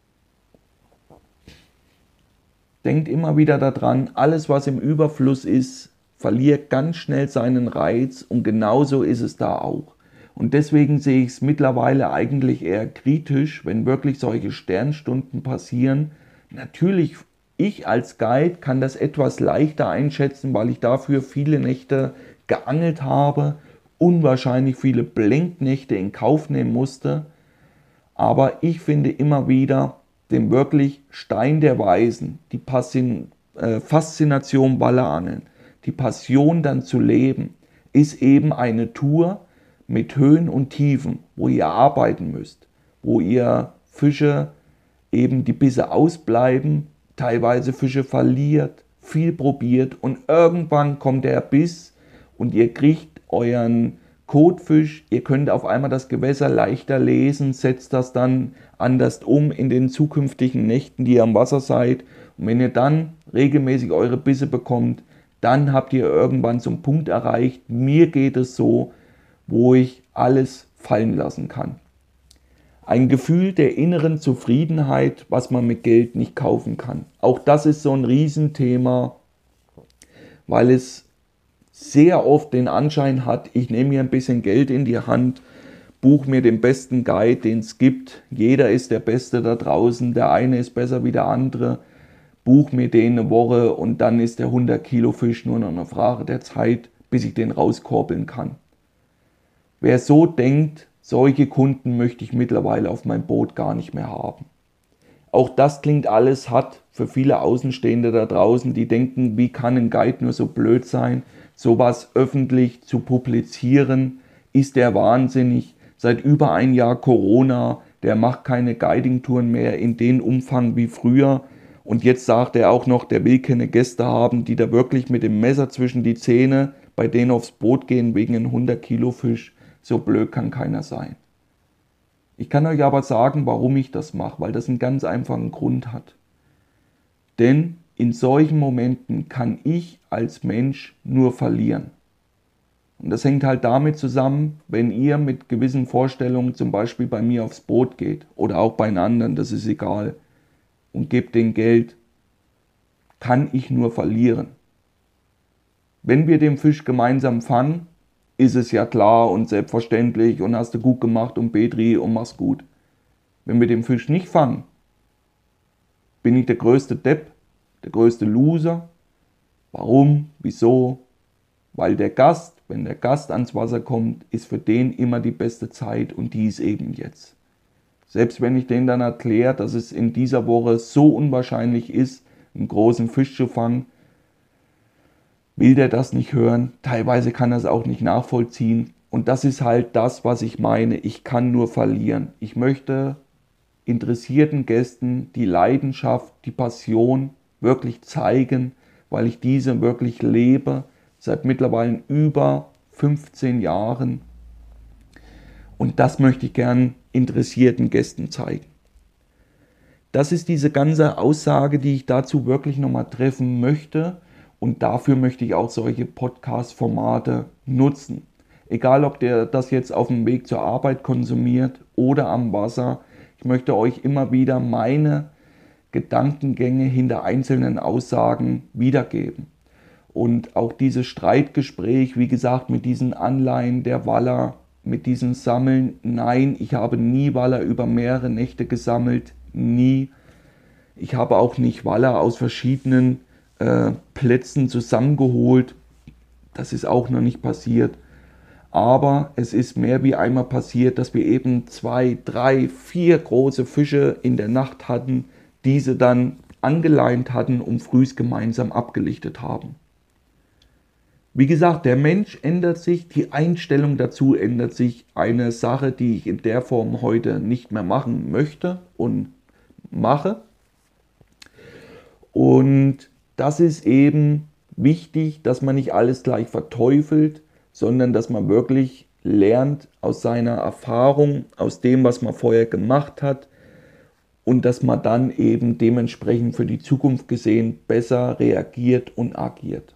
Denkt immer wieder daran, alles was im Überfluss ist, verliert ganz schnell seinen Reiz und genauso ist es da auch. Und deswegen sehe ich es mittlerweile eigentlich eher kritisch, wenn wirklich solche Sternstunden passieren. Natürlich, ich als Guide kann das etwas leichter einschätzen, weil ich dafür viele Nächte geangelt habe, unwahrscheinlich viele Blinknächte in Kauf nehmen musste. Aber ich finde immer wieder den wirklich Stein der Weisen, die Faszination Wallerangeln, die Passion dann zu leben, ist eben eine Tour mit Höhen und Tiefen, wo ihr arbeiten müsst, wo ihr Fische eben die Bisse ausbleiben, teilweise Fische verliert, viel probiert und irgendwann kommt der Biss und ihr kriegt euren Kotfisch, ihr könnt auf einmal das Gewässer leichter lesen, setzt das dann anders um in den zukünftigen Nächten, die ihr am Wasser seid. Und wenn ihr dann regelmäßig eure Bisse bekommt, dann habt ihr irgendwann so einen Punkt erreicht, mir geht es so, wo ich alles fallen lassen kann. Ein Gefühl der inneren Zufriedenheit, was man mit Geld nicht kaufen kann. Auch das ist so ein Riesenthema, weil es sehr oft den Anschein hat, ich nehme mir ein bisschen Geld in die Hand, buche mir den besten Guide, den es gibt. Jeder ist der Beste da draußen, der eine ist besser wie der andere. Buche mir den eine Woche und dann ist der 100 Kilo Fisch nur noch eine Frage der Zeit, bis ich den rauskorbeln kann. Wer so denkt, solche Kunden möchte ich mittlerweile auf meinem Boot gar nicht mehr haben. Auch das klingt alles hart für viele Außenstehende da draußen, die denken, wie kann ein Guide nur so blöd sein, sowas öffentlich zu publizieren, ist der wahnsinnig. Seit über ein Jahr Corona, der macht keine Guiding-Touren mehr in dem Umfang wie früher. Und jetzt sagt er auch noch, der will keine Gäste haben, die da wirklich mit dem Messer zwischen die Zähne bei denen aufs Boot gehen wegen einem 100 Kilo Fisch. So blöd kann keiner sein. Ich kann euch aber sagen, warum ich das mache, weil das einen ganz einfachen Grund hat. Denn in solchen Momenten kann ich als Mensch nur verlieren. Und das hängt halt damit zusammen, wenn ihr mit gewissen Vorstellungen zum Beispiel bei mir aufs Boot geht oder auch bei einem anderen, das ist egal, und gebt den Geld, kann ich nur verlieren. Wenn wir den Fisch gemeinsam fangen, ist es ja klar und selbstverständlich und hast du gut gemacht und Petri und mach's gut. Wenn wir den Fisch nicht fangen, bin ich der größte Depp, der größte Loser. Warum? Wieso? Weil der Gast, wenn der Gast ans Wasser kommt, ist für den immer die beste Zeit und die ist eben jetzt. Selbst wenn ich denen dann erkläre, dass es in dieser Woche so unwahrscheinlich ist, einen großen Fisch zu fangen, will der das nicht hören. Teilweise kann er es auch nicht nachvollziehen. Und das ist halt das, was ich meine. Ich kann nur verlieren. Ich möchte interessierten Gästen die Leidenschaft, die Passion wirklich zeigen, weil ich diese wirklich lebe, seit mittlerweile über 15 Jahren. Und das möchte ich gern interessierten Gästen zeigen. Das ist diese ganze Aussage, die ich dazu wirklich nochmal treffen möchte. Und dafür möchte ich auch solche Podcast-Formate nutzen. Egal, ob der das jetzt auf dem Weg zur Arbeit konsumiert oder am Wasser. Ich möchte euch immer wieder meine Gedankengänge hinter einzelnen Aussagen wiedergeben. Und auch dieses Streitgespräch, wie gesagt, mit diesen Anleihen der Waller, mit diesem Sammeln. Nein, ich habe nie Waller über mehrere Nächte gesammelt. Nie. Ich habe auch nicht Waller aus verschiedenen Plätzen zusammengeholt. Das ist auch noch nicht passiert. Aber es ist mehr wie einmal passiert, dass wir eben 2, 3, 4 große Fische in der Nacht hatten, diese dann angeleint hatten und frühs gemeinsam abgelichtet haben. Wie gesagt, der Mensch ändert sich, die Einstellung dazu ändert sich. Eine Sache, die ich in der Form heute nicht mehr machen möchte und mache. Und das ist eben wichtig, dass man nicht alles gleich verteufelt, sondern dass man wirklich lernt aus seiner Erfahrung, aus dem, was man vorher gemacht hat und dass man dann eben dementsprechend für die Zukunft gesehen besser reagiert und agiert.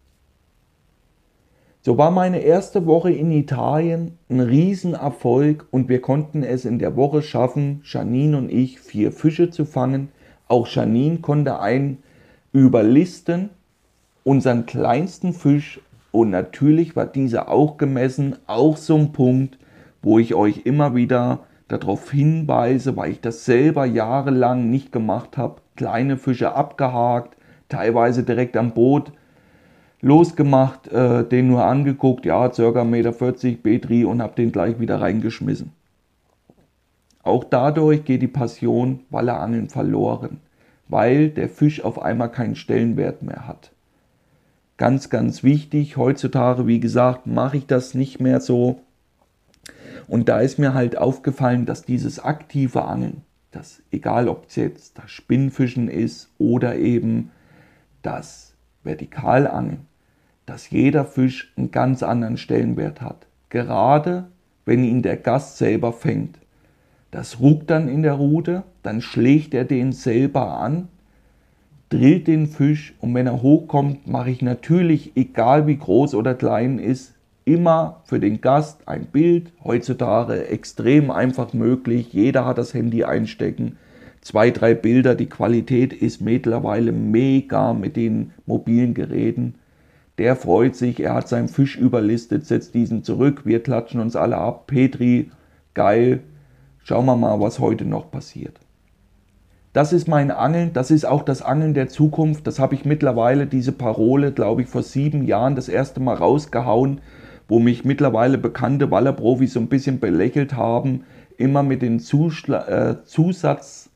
So war meine erste Woche in Italien ein Riesenerfolg und wir konnten es in der Woche schaffen, Janine und ich 4 Fische zu fangen. Auch Janine konnte einen überlisten, unseren kleinsten Fisch, und natürlich war dieser auch gemessen, auch so ein Punkt, wo ich euch immer wieder darauf hinweise, weil ich das selber jahrelang nicht gemacht habe, kleine Fische abgehakt, teilweise direkt am Boot losgemacht, den nur angeguckt, ja, ca. 1,40 Meter Petri und habe den gleich wieder reingeschmissen. Auch dadurch geht die Passion Wallerangeln verloren, weil der Fisch auf einmal keinen Stellenwert mehr hat. Ganz, ganz wichtig, heutzutage, wie gesagt, mache ich das nicht mehr so. Und da ist mir halt aufgefallen, dass dieses aktive Angeln, das, egal ob es jetzt das Spinnfischen ist oder eben das Vertikalangeln, dass jeder Fisch einen ganz anderen Stellenwert hat. Gerade wenn ihn der Gast selber fängt. Das ruckt dann in der Rute, dann schlägt er den selber an, drillt den Fisch und wenn er hochkommt, mache ich natürlich, egal wie groß oder klein ist, Immer für den Gast ein Bild, heutzutage extrem einfach möglich, jeder hat das Handy einstecken, 2, 3 Bilder, die Qualität ist mittlerweile mega mit den mobilen Geräten. Der freut sich, er hat seinen Fisch überlistet, setzt diesen zurück, wir klatschen uns alle ab, Petri, geil, schauen wir mal, was heute noch passiert. Das ist mein Angeln, das ist auch das Angeln der Zukunft, das habe ich mittlerweile, diese Parole, glaube ich, vor 7 Jahren das erste Mal rausgehauen, wo mich mittlerweile bekannte Wallerprofis so ein bisschen belächelt haben, immer mit dem Zusatzsatz,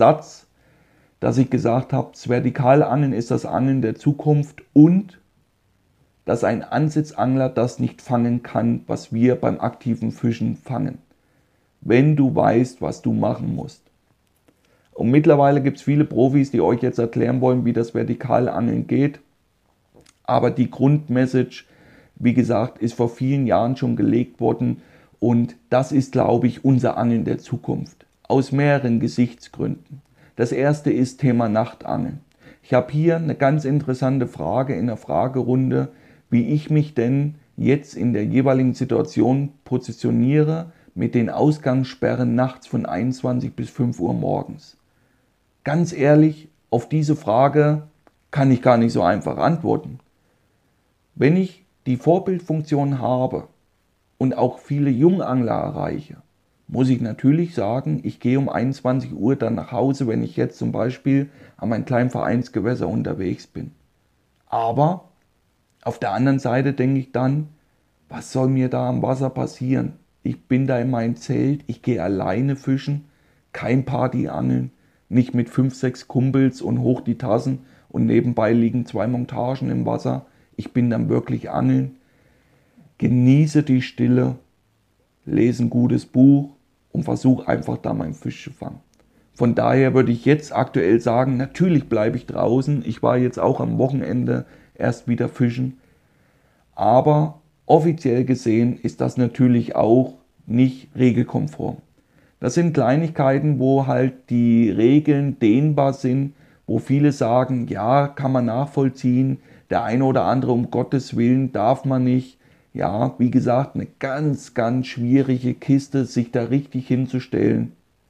dass ich gesagt habe, das Vertikalangeln ist das Angeln der Zukunft und dass ein Ansitzangler das nicht fangen kann, was wir beim aktiven Fischen fangen. Wenn du weißt, was du machen musst. Und mittlerweile gibt es viele Profis, die euch jetzt erklären wollen, wie das Vertikalangeln geht. Aber die Grundmessage, wie gesagt, ist vor vielen Jahren schon gelegt worden. Und das ist, glaube ich, unser Angeln der Zukunft. Aus mehreren Gesichtsgründen. Das erste ist Thema Nachtangeln. Ich habe hier eine ganz interessante Frage in der Fragerunde, wie ich mich denn jetzt in der jeweiligen Situation positioniere mit den Ausgangssperren nachts von 21 bis 5 Uhr morgens. Ganz ehrlich, auf diese Frage kann ich gar nicht so einfach antworten. Wenn ich die Vorbildfunktion habe und auch viele Jungangler erreiche, muss ich natürlich sagen, ich gehe um 21 Uhr dann nach Hause, wenn ich jetzt zum Beispiel an meinem kleinen Vereinsgewässer unterwegs bin. Aber auf der anderen Seite denke ich dann, was soll mir da am Wasser passieren? Ich bin da in meinem Zelt, ich gehe alleine fischen, kein Partyangeln, nicht mit 5, 6 Kumpels und hoch die Tassen und nebenbei liegen 2 Montagen im Wasser. Ich bin dann wirklich angeln, genieße die Stille, lese ein gutes Buch und versuche einfach da meinen Fisch zu fangen. Von daher würde ich jetzt aktuell sagen, natürlich bleibe ich draußen. Ich war jetzt auch am Wochenende erst wieder fischen. Aber offiziell gesehen ist das natürlich auch nicht regelkonform. Das sind Kleinigkeiten, wo halt die Regeln dehnbar sind, wo viele sagen, ja, kann man nachvollziehen, der eine oder andere um Gottes Willen darf man nicht. Ja, wie gesagt, eine ganz, ganz schwierige Kiste, sich da richtig hinzustellen.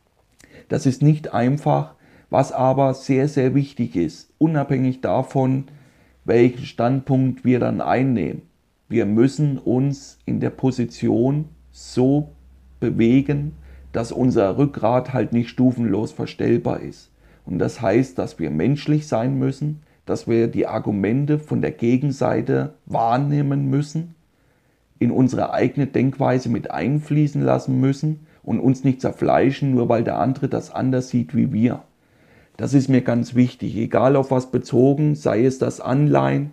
Das ist nicht einfach, was aber sehr, sehr wichtig ist, unabhängig davon, welchen Standpunkt wir dann einnehmen. Wir müssen uns in der Position so bewegen, dass unser Rückgrat halt nicht stufenlos verstellbar ist. Und das heißt, dass wir menschlich sein müssen, dass wir die Argumente von der Gegenseite wahrnehmen müssen, in unsere eigene Denkweise mit einfließen lassen müssen und uns nicht zerfleischen, nur weil der andere das anders sieht wie wir. Das ist mir ganz wichtig, egal auf was bezogen, sei es das Anleihen,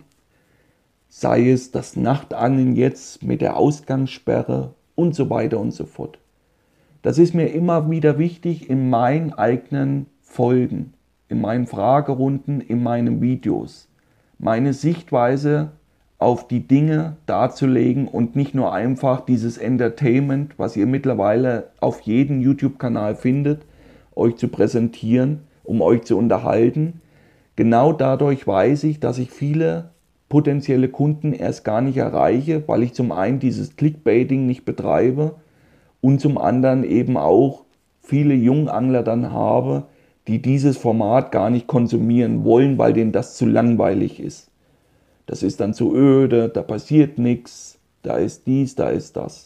sei es das Nachtangeln jetzt mit der Ausgangssperre und so weiter und so fort. Das ist mir immer wieder wichtig in meinen eigenen Folgen, in meinen Fragerunden, in meinen Videos. Meine Sichtweise auf die Dinge darzulegen und nicht nur einfach dieses Entertainment, was ihr mittlerweile auf jedem YouTube-Kanal findet, euch zu präsentieren, um euch zu unterhalten. Genau dadurch weiß ich, dass ich viele potenzielle Kunden erst gar nicht erreiche, weil ich zum einen dieses Clickbaiting nicht betreibe und zum anderen eben auch viele Jungangler dann habe, die dieses Format gar nicht konsumieren wollen, weil denen das zu langweilig ist. Das ist dann zu öde, da passiert nichts, da ist dies, da ist das.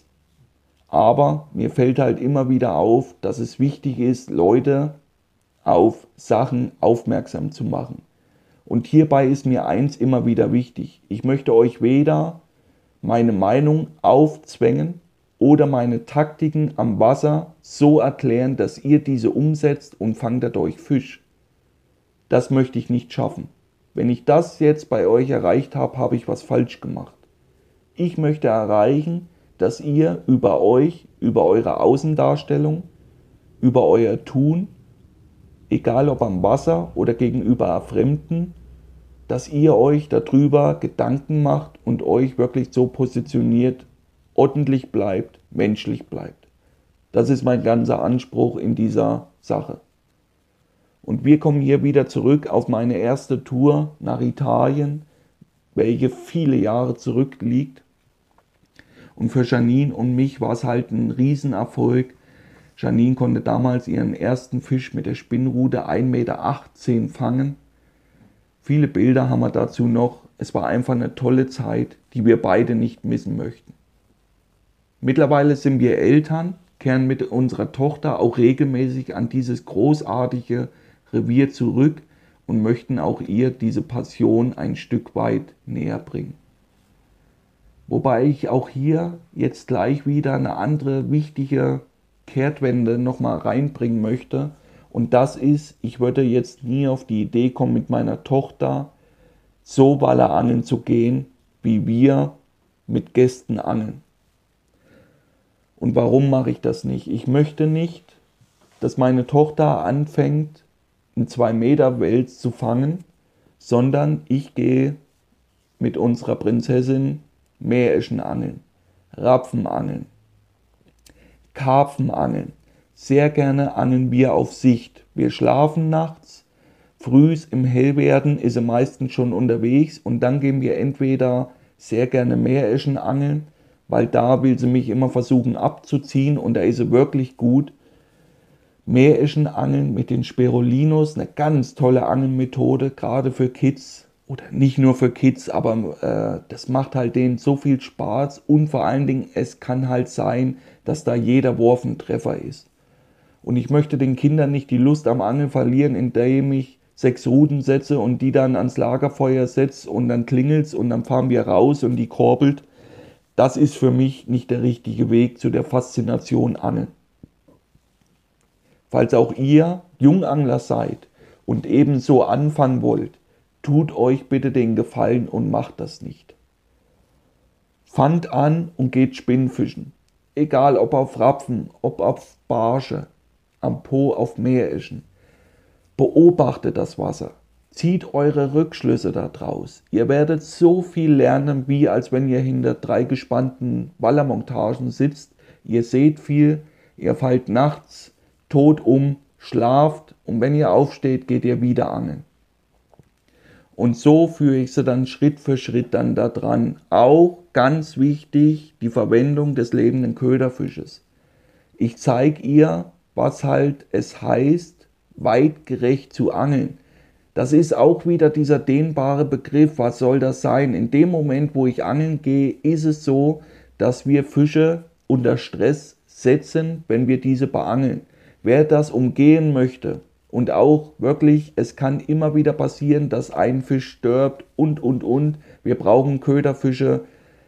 Aber mir fällt halt immer wieder auf, dass es wichtig ist, Leute auf Sachen aufmerksam zu machen. Und hierbei ist mir eins immer wieder wichtig. Ich möchte euch weder meine Meinung aufzwängen oder meine Taktiken am Wasser so erklären, dass ihr diese umsetzt und fangt dadurch Fisch. Das möchte ich nicht schaffen. Wenn ich das jetzt bei euch erreicht habe, habe ich was falsch gemacht. Ich möchte erreichen, dass ihr über euch, über eure Außendarstellung, über euer Tun, egal ob am Wasser oder gegenüber Fremden, dass ihr euch darüber Gedanken macht und euch wirklich so positioniert, ordentlich bleibt, menschlich bleibt. Das ist mein ganzer Anspruch in dieser Sache. Und wir kommen hier wieder zurück auf meine erste Tour nach Italien, welche viele Jahre zurückliegt. Und für Janine und mich war es halt ein Riesenerfolg. Janine konnte damals ihren ersten Fisch mit der Spinnrute 1,18 Meter fangen. Viele Bilder haben wir dazu noch. Es war einfach eine tolle Zeit, die wir beide nicht missen möchten. Mittlerweile sind wir Eltern, kehren mit unserer Tochter auch regelmäßig an dieses großartige Revier zurück und möchten auch ihr diese Passion ein Stück weit näher bringen. Wobei ich auch hier jetzt gleich wieder eine andere wichtige Kehrtwende nochmal reinbringen möchte. Und das ist, ich würde jetzt nie auf die Idee kommen, mit meiner Tochter so Wallerangeln zu gehen, wie wir mit Gästen angeln. Und warum mache ich das nicht? Ich möchte nicht, dass meine Tochter anfängt, einen 2-Meter-Wels zu fangen, sondern ich gehe mit unserer Prinzessin Meereschen angeln, Rapfen angeln, Karpfen angeln. Sehr gerne angeln wir auf Sicht. Wir schlafen nachts, frühs im Hellwerden ist sie meistens schon unterwegs und dann gehen wir entweder sehr gerne Meereschen angeln, weil da will sie mich immer versuchen abzuziehen und da ist sie wirklich gut. Meereschen angeln mit den Spirulinos, eine ganz tolle Angelmethode, gerade für Kids oder nicht nur für Kids, aber das macht halt denen so viel Spaß und vor allen Dingen, es kann halt sein, dass da jeder Wurf ein Treffer ist. Und ich möchte den Kindern nicht die Lust am Angeln verlieren, indem ich 6 Ruten setze und die dann ans Lagerfeuer setze und dann klingelt's und dann fahren wir raus und die korbelt. Das ist für mich nicht der richtige Weg zu der Faszination Angeln. Falls auch ihr Jungangler seid und ebenso anfangen wollt, tut euch bitte den Gefallen und macht das nicht. Fangt an und geht Spinnfischen. Egal ob auf Rapfen, ob auf Barsche, am Po auf Meereschen. Beobachtet das Wasser. Zieht eure Rückschlüsse daraus. Ihr werdet so viel lernen, wie als wenn ihr hinter 3 gespannten Wallermontagen sitzt. Ihr seht viel, ihr fallt nachts tot um, schlaft und wenn ihr aufsteht, geht ihr wieder angeln. Und so führe ich sie dann Schritt für Schritt dann da dran. Auch ganz wichtig, die Verwendung des lebenden Köderfisches. Ich zeige ihr, was halt es heißt, weitgerecht zu angeln. Das ist auch wieder dieser dehnbare Begriff, was soll das sein? In dem Moment, wo ich angeln gehe, ist es so, dass wir Fische unter Stress setzen, wenn wir diese beangeln. Wer das umgehen möchte und auch wirklich, es kann immer wieder passieren, dass ein Fisch stirbt und. Wir brauchen Köderfische.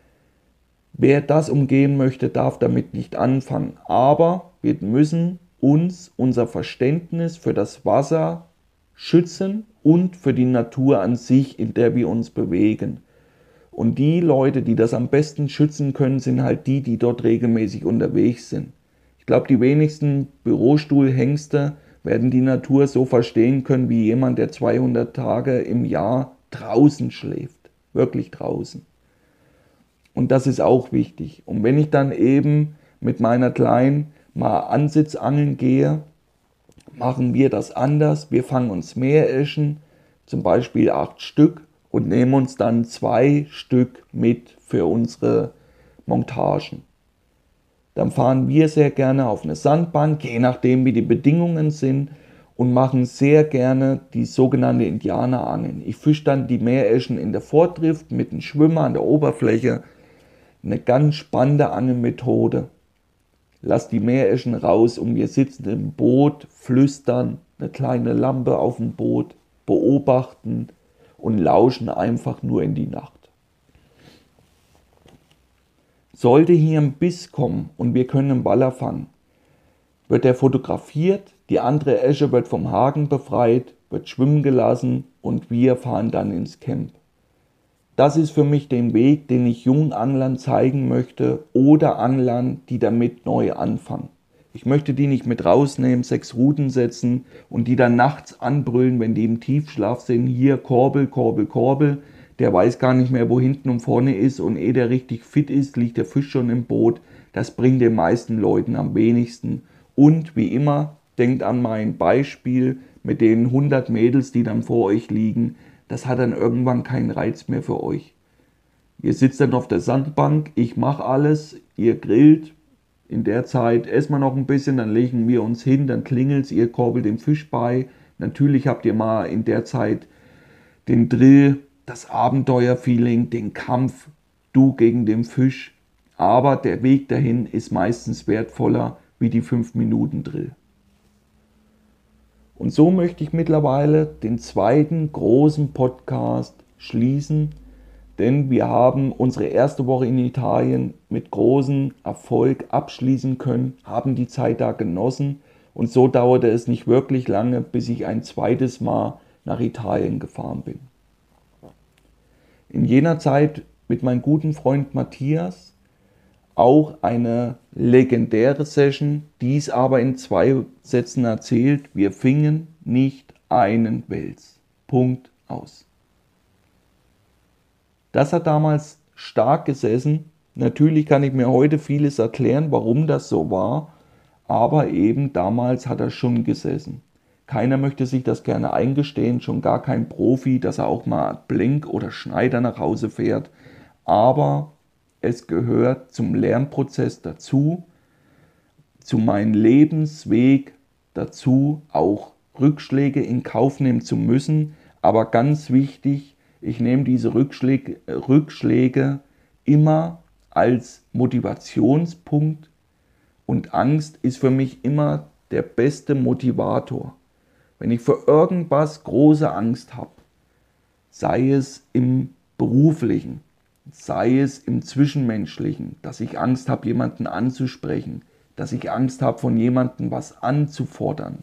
Wer das umgehen möchte, darf damit nicht anfangen. Aber wir müssen unser Verständnis für das Wasser schützen und für die Natur an sich, in der wir uns bewegen. Und die Leute, die das am besten schützen können, sind halt die dort regelmäßig unterwegs sind. Ich glaube, die wenigsten Bürostuhlhengste werden die Natur so verstehen können, wie jemand, der 200 Tage im Jahr draußen schläft. Wirklich draußen. Und das ist auch wichtig. Und wenn ich dann eben mit meiner Kleinen mal Ansitzangeln gehe, machen wir das anders. Wir fangen uns Meereschen, zum Beispiel 8 Stück, und nehmen uns dann 2 Stück mit für unsere Montagen. Dann fahren wir sehr gerne auf eine Sandbank, je nachdem wie die Bedingungen sind, und machen sehr gerne die sogenannte Indianerangeln. Ich fische dann die Meereschen in der Vordrift mit einem Schwimmer an der Oberfläche. Eine ganz spannende Angelmethode. Lass die Meereschen raus und wir sitzen im Boot, flüstern, eine kleine Lampe auf dem Boot, beobachten und lauschen einfach nur in die Nacht. Sollte hier ein Biss kommen und wir können einen Waller fangen, wird er fotografiert, die andere Esche wird vom Haken befreit, wird schwimmen gelassen und wir fahren dann ins Camp. Das ist für mich den Weg, den ich jungen Anglern zeigen möchte oder Anglern, die damit neu anfangen. Ich möchte die nicht mit rausnehmen, 6 Ruten setzen und die dann nachts anbrüllen, wenn die im Tiefschlaf sind, hier Korbel, Korbel, Korbel. Der weiß gar nicht mehr, wo hinten und vorne ist und ehe der richtig fit ist, liegt der Fisch schon im Boot. Das bringt den meisten Leuten am wenigsten. Und wie immer, denkt an mein Beispiel mit den 100 Mädels, die dann vor euch liegen. Das hat dann irgendwann keinen Reiz mehr für euch. Ihr sitzt dann auf der Sandbank, ich mache alles, ihr grillt. In der Zeit essen wir noch ein bisschen, dann legen wir uns hin, dann klingelt's, ihr korbelt den Fisch bei. Natürlich habt ihr mal in der Zeit den Drill, das Abenteuerfeeling, den Kampf, du gegen den Fisch. Aber der Weg dahin ist meistens wertvoller wie die 5 Minuten Drill. Und so möchte ich mittlerweile den zweiten großen Podcast schließen, denn wir haben unsere erste Woche in Italien mit großem Erfolg abschließen können, haben die Zeit da genossen und so dauerte es nicht wirklich lange, bis ich ein zweites Mal nach Italien gefahren bin. In jener Zeit mit meinem guten Freund Matthias auch eine legendäre Session, dies aber in 2 Sätzen erzählt: Wir fingen nicht einen Wels. Punkt, aus. Das hat damals stark gesessen. Natürlich kann ich mir heute vieles erklären, warum das so war, aber eben damals hat er schon gesessen. Keiner möchte sich das gerne eingestehen, schon gar kein Profi, dass er auch mal Blink oder Schneider nach Hause fährt, aber es gehört zum Lernprozess dazu, zu meinem Lebensweg dazu, auch Rückschläge in Kauf nehmen zu müssen. Aber ganz wichtig, ich nehme diese Rückschläge immer als Motivationspunkt und Angst ist für mich immer der beste Motivator. Wenn ich für irgendwas große Angst habe, sei es im Beruflichen, sei es im Zwischenmenschlichen, dass ich Angst habe, jemanden anzusprechen, dass ich Angst habe, von jemandem was anzufordern.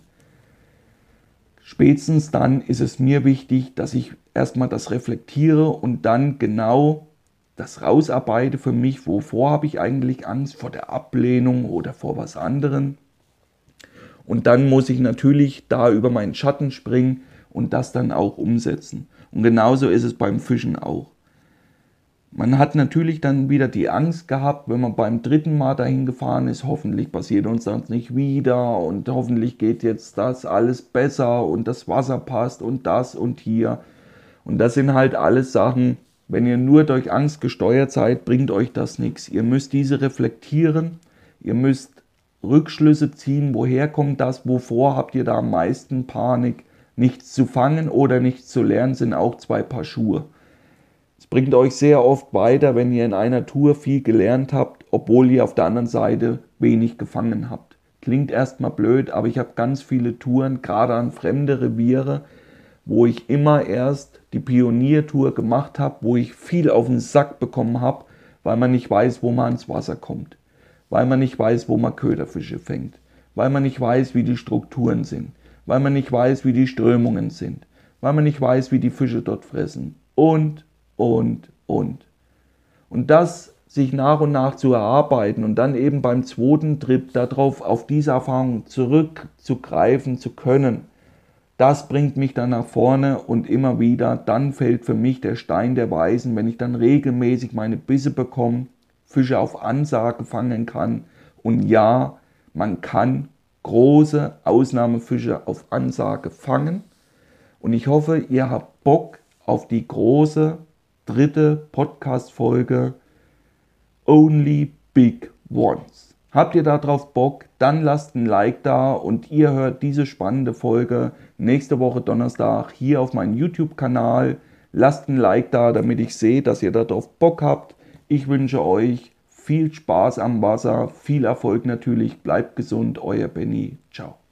Spätestens dann ist es mir wichtig, dass ich erstmal das reflektiere und dann genau das rausarbeite für mich, wovor habe ich eigentlich Angst, vor der Ablehnung oder vor was anderem. Und dann muss ich natürlich da über meinen Schatten springen und das dann auch umsetzen. Und genauso ist es beim Fischen auch. Man hat natürlich dann wieder die Angst gehabt, wenn man beim 3. Mal dahin gefahren ist, hoffentlich passiert uns das nicht wieder und hoffentlich geht jetzt das alles besser und das Wasser passt und das und hier. Und das sind halt alles Sachen, wenn ihr nur durch Angst gesteuert seid, bringt euch das nichts. Ihr müsst diese reflektieren, ihr müsst Rückschlüsse ziehen, woher kommt das, wovor habt ihr da am meisten Panik. Nichts zu fangen oder nichts zu lernen sind auch 2 Paar Schuhe. Es bringt euch sehr oft weiter, wenn ihr in einer Tour viel gelernt habt, obwohl ihr auf der anderen Seite wenig gefangen habt. Klingt erstmal blöd, aber ich habe ganz viele Touren, gerade an fremde Reviere, wo ich immer erst die Pioniertour gemacht habe, wo ich viel auf den Sack bekommen habe, weil man nicht weiß, wo man ans Wasser kommt, weil man nicht weiß, wo man Köderfische fängt, weil man nicht weiß, wie die Strukturen sind, weil man nicht weiß, wie die Strömungen sind, weil man nicht weiß, wie die Fische dort fressen und. Und das sich nach und nach zu erarbeiten und dann eben beim 2. Trip darauf, auf diese Erfahrung zurückzugreifen zu können, das bringt mich dann nach vorne und immer wieder, dann fällt für mich der Stein der Weisen, wenn ich dann regelmäßig meine Bisse bekomme, Fische auf Ansage fangen kann und ja, man kann große Ausnahmefische auf Ansage fangen und ich hoffe, ihr habt Bock auf die große 3. Podcast-Folge Only Big Ones. Habt ihr darauf Bock? Dann lasst ein Like da und ihr hört diese spannende Folge nächste Woche Donnerstag hier auf meinem YouTube-Kanal. Lasst ein Like da, damit ich sehe, dass ihr darauf Bock habt. Ich wünsche euch viel Spaß am Wasser, viel Erfolg natürlich. Bleibt gesund, euer Benny. Ciao.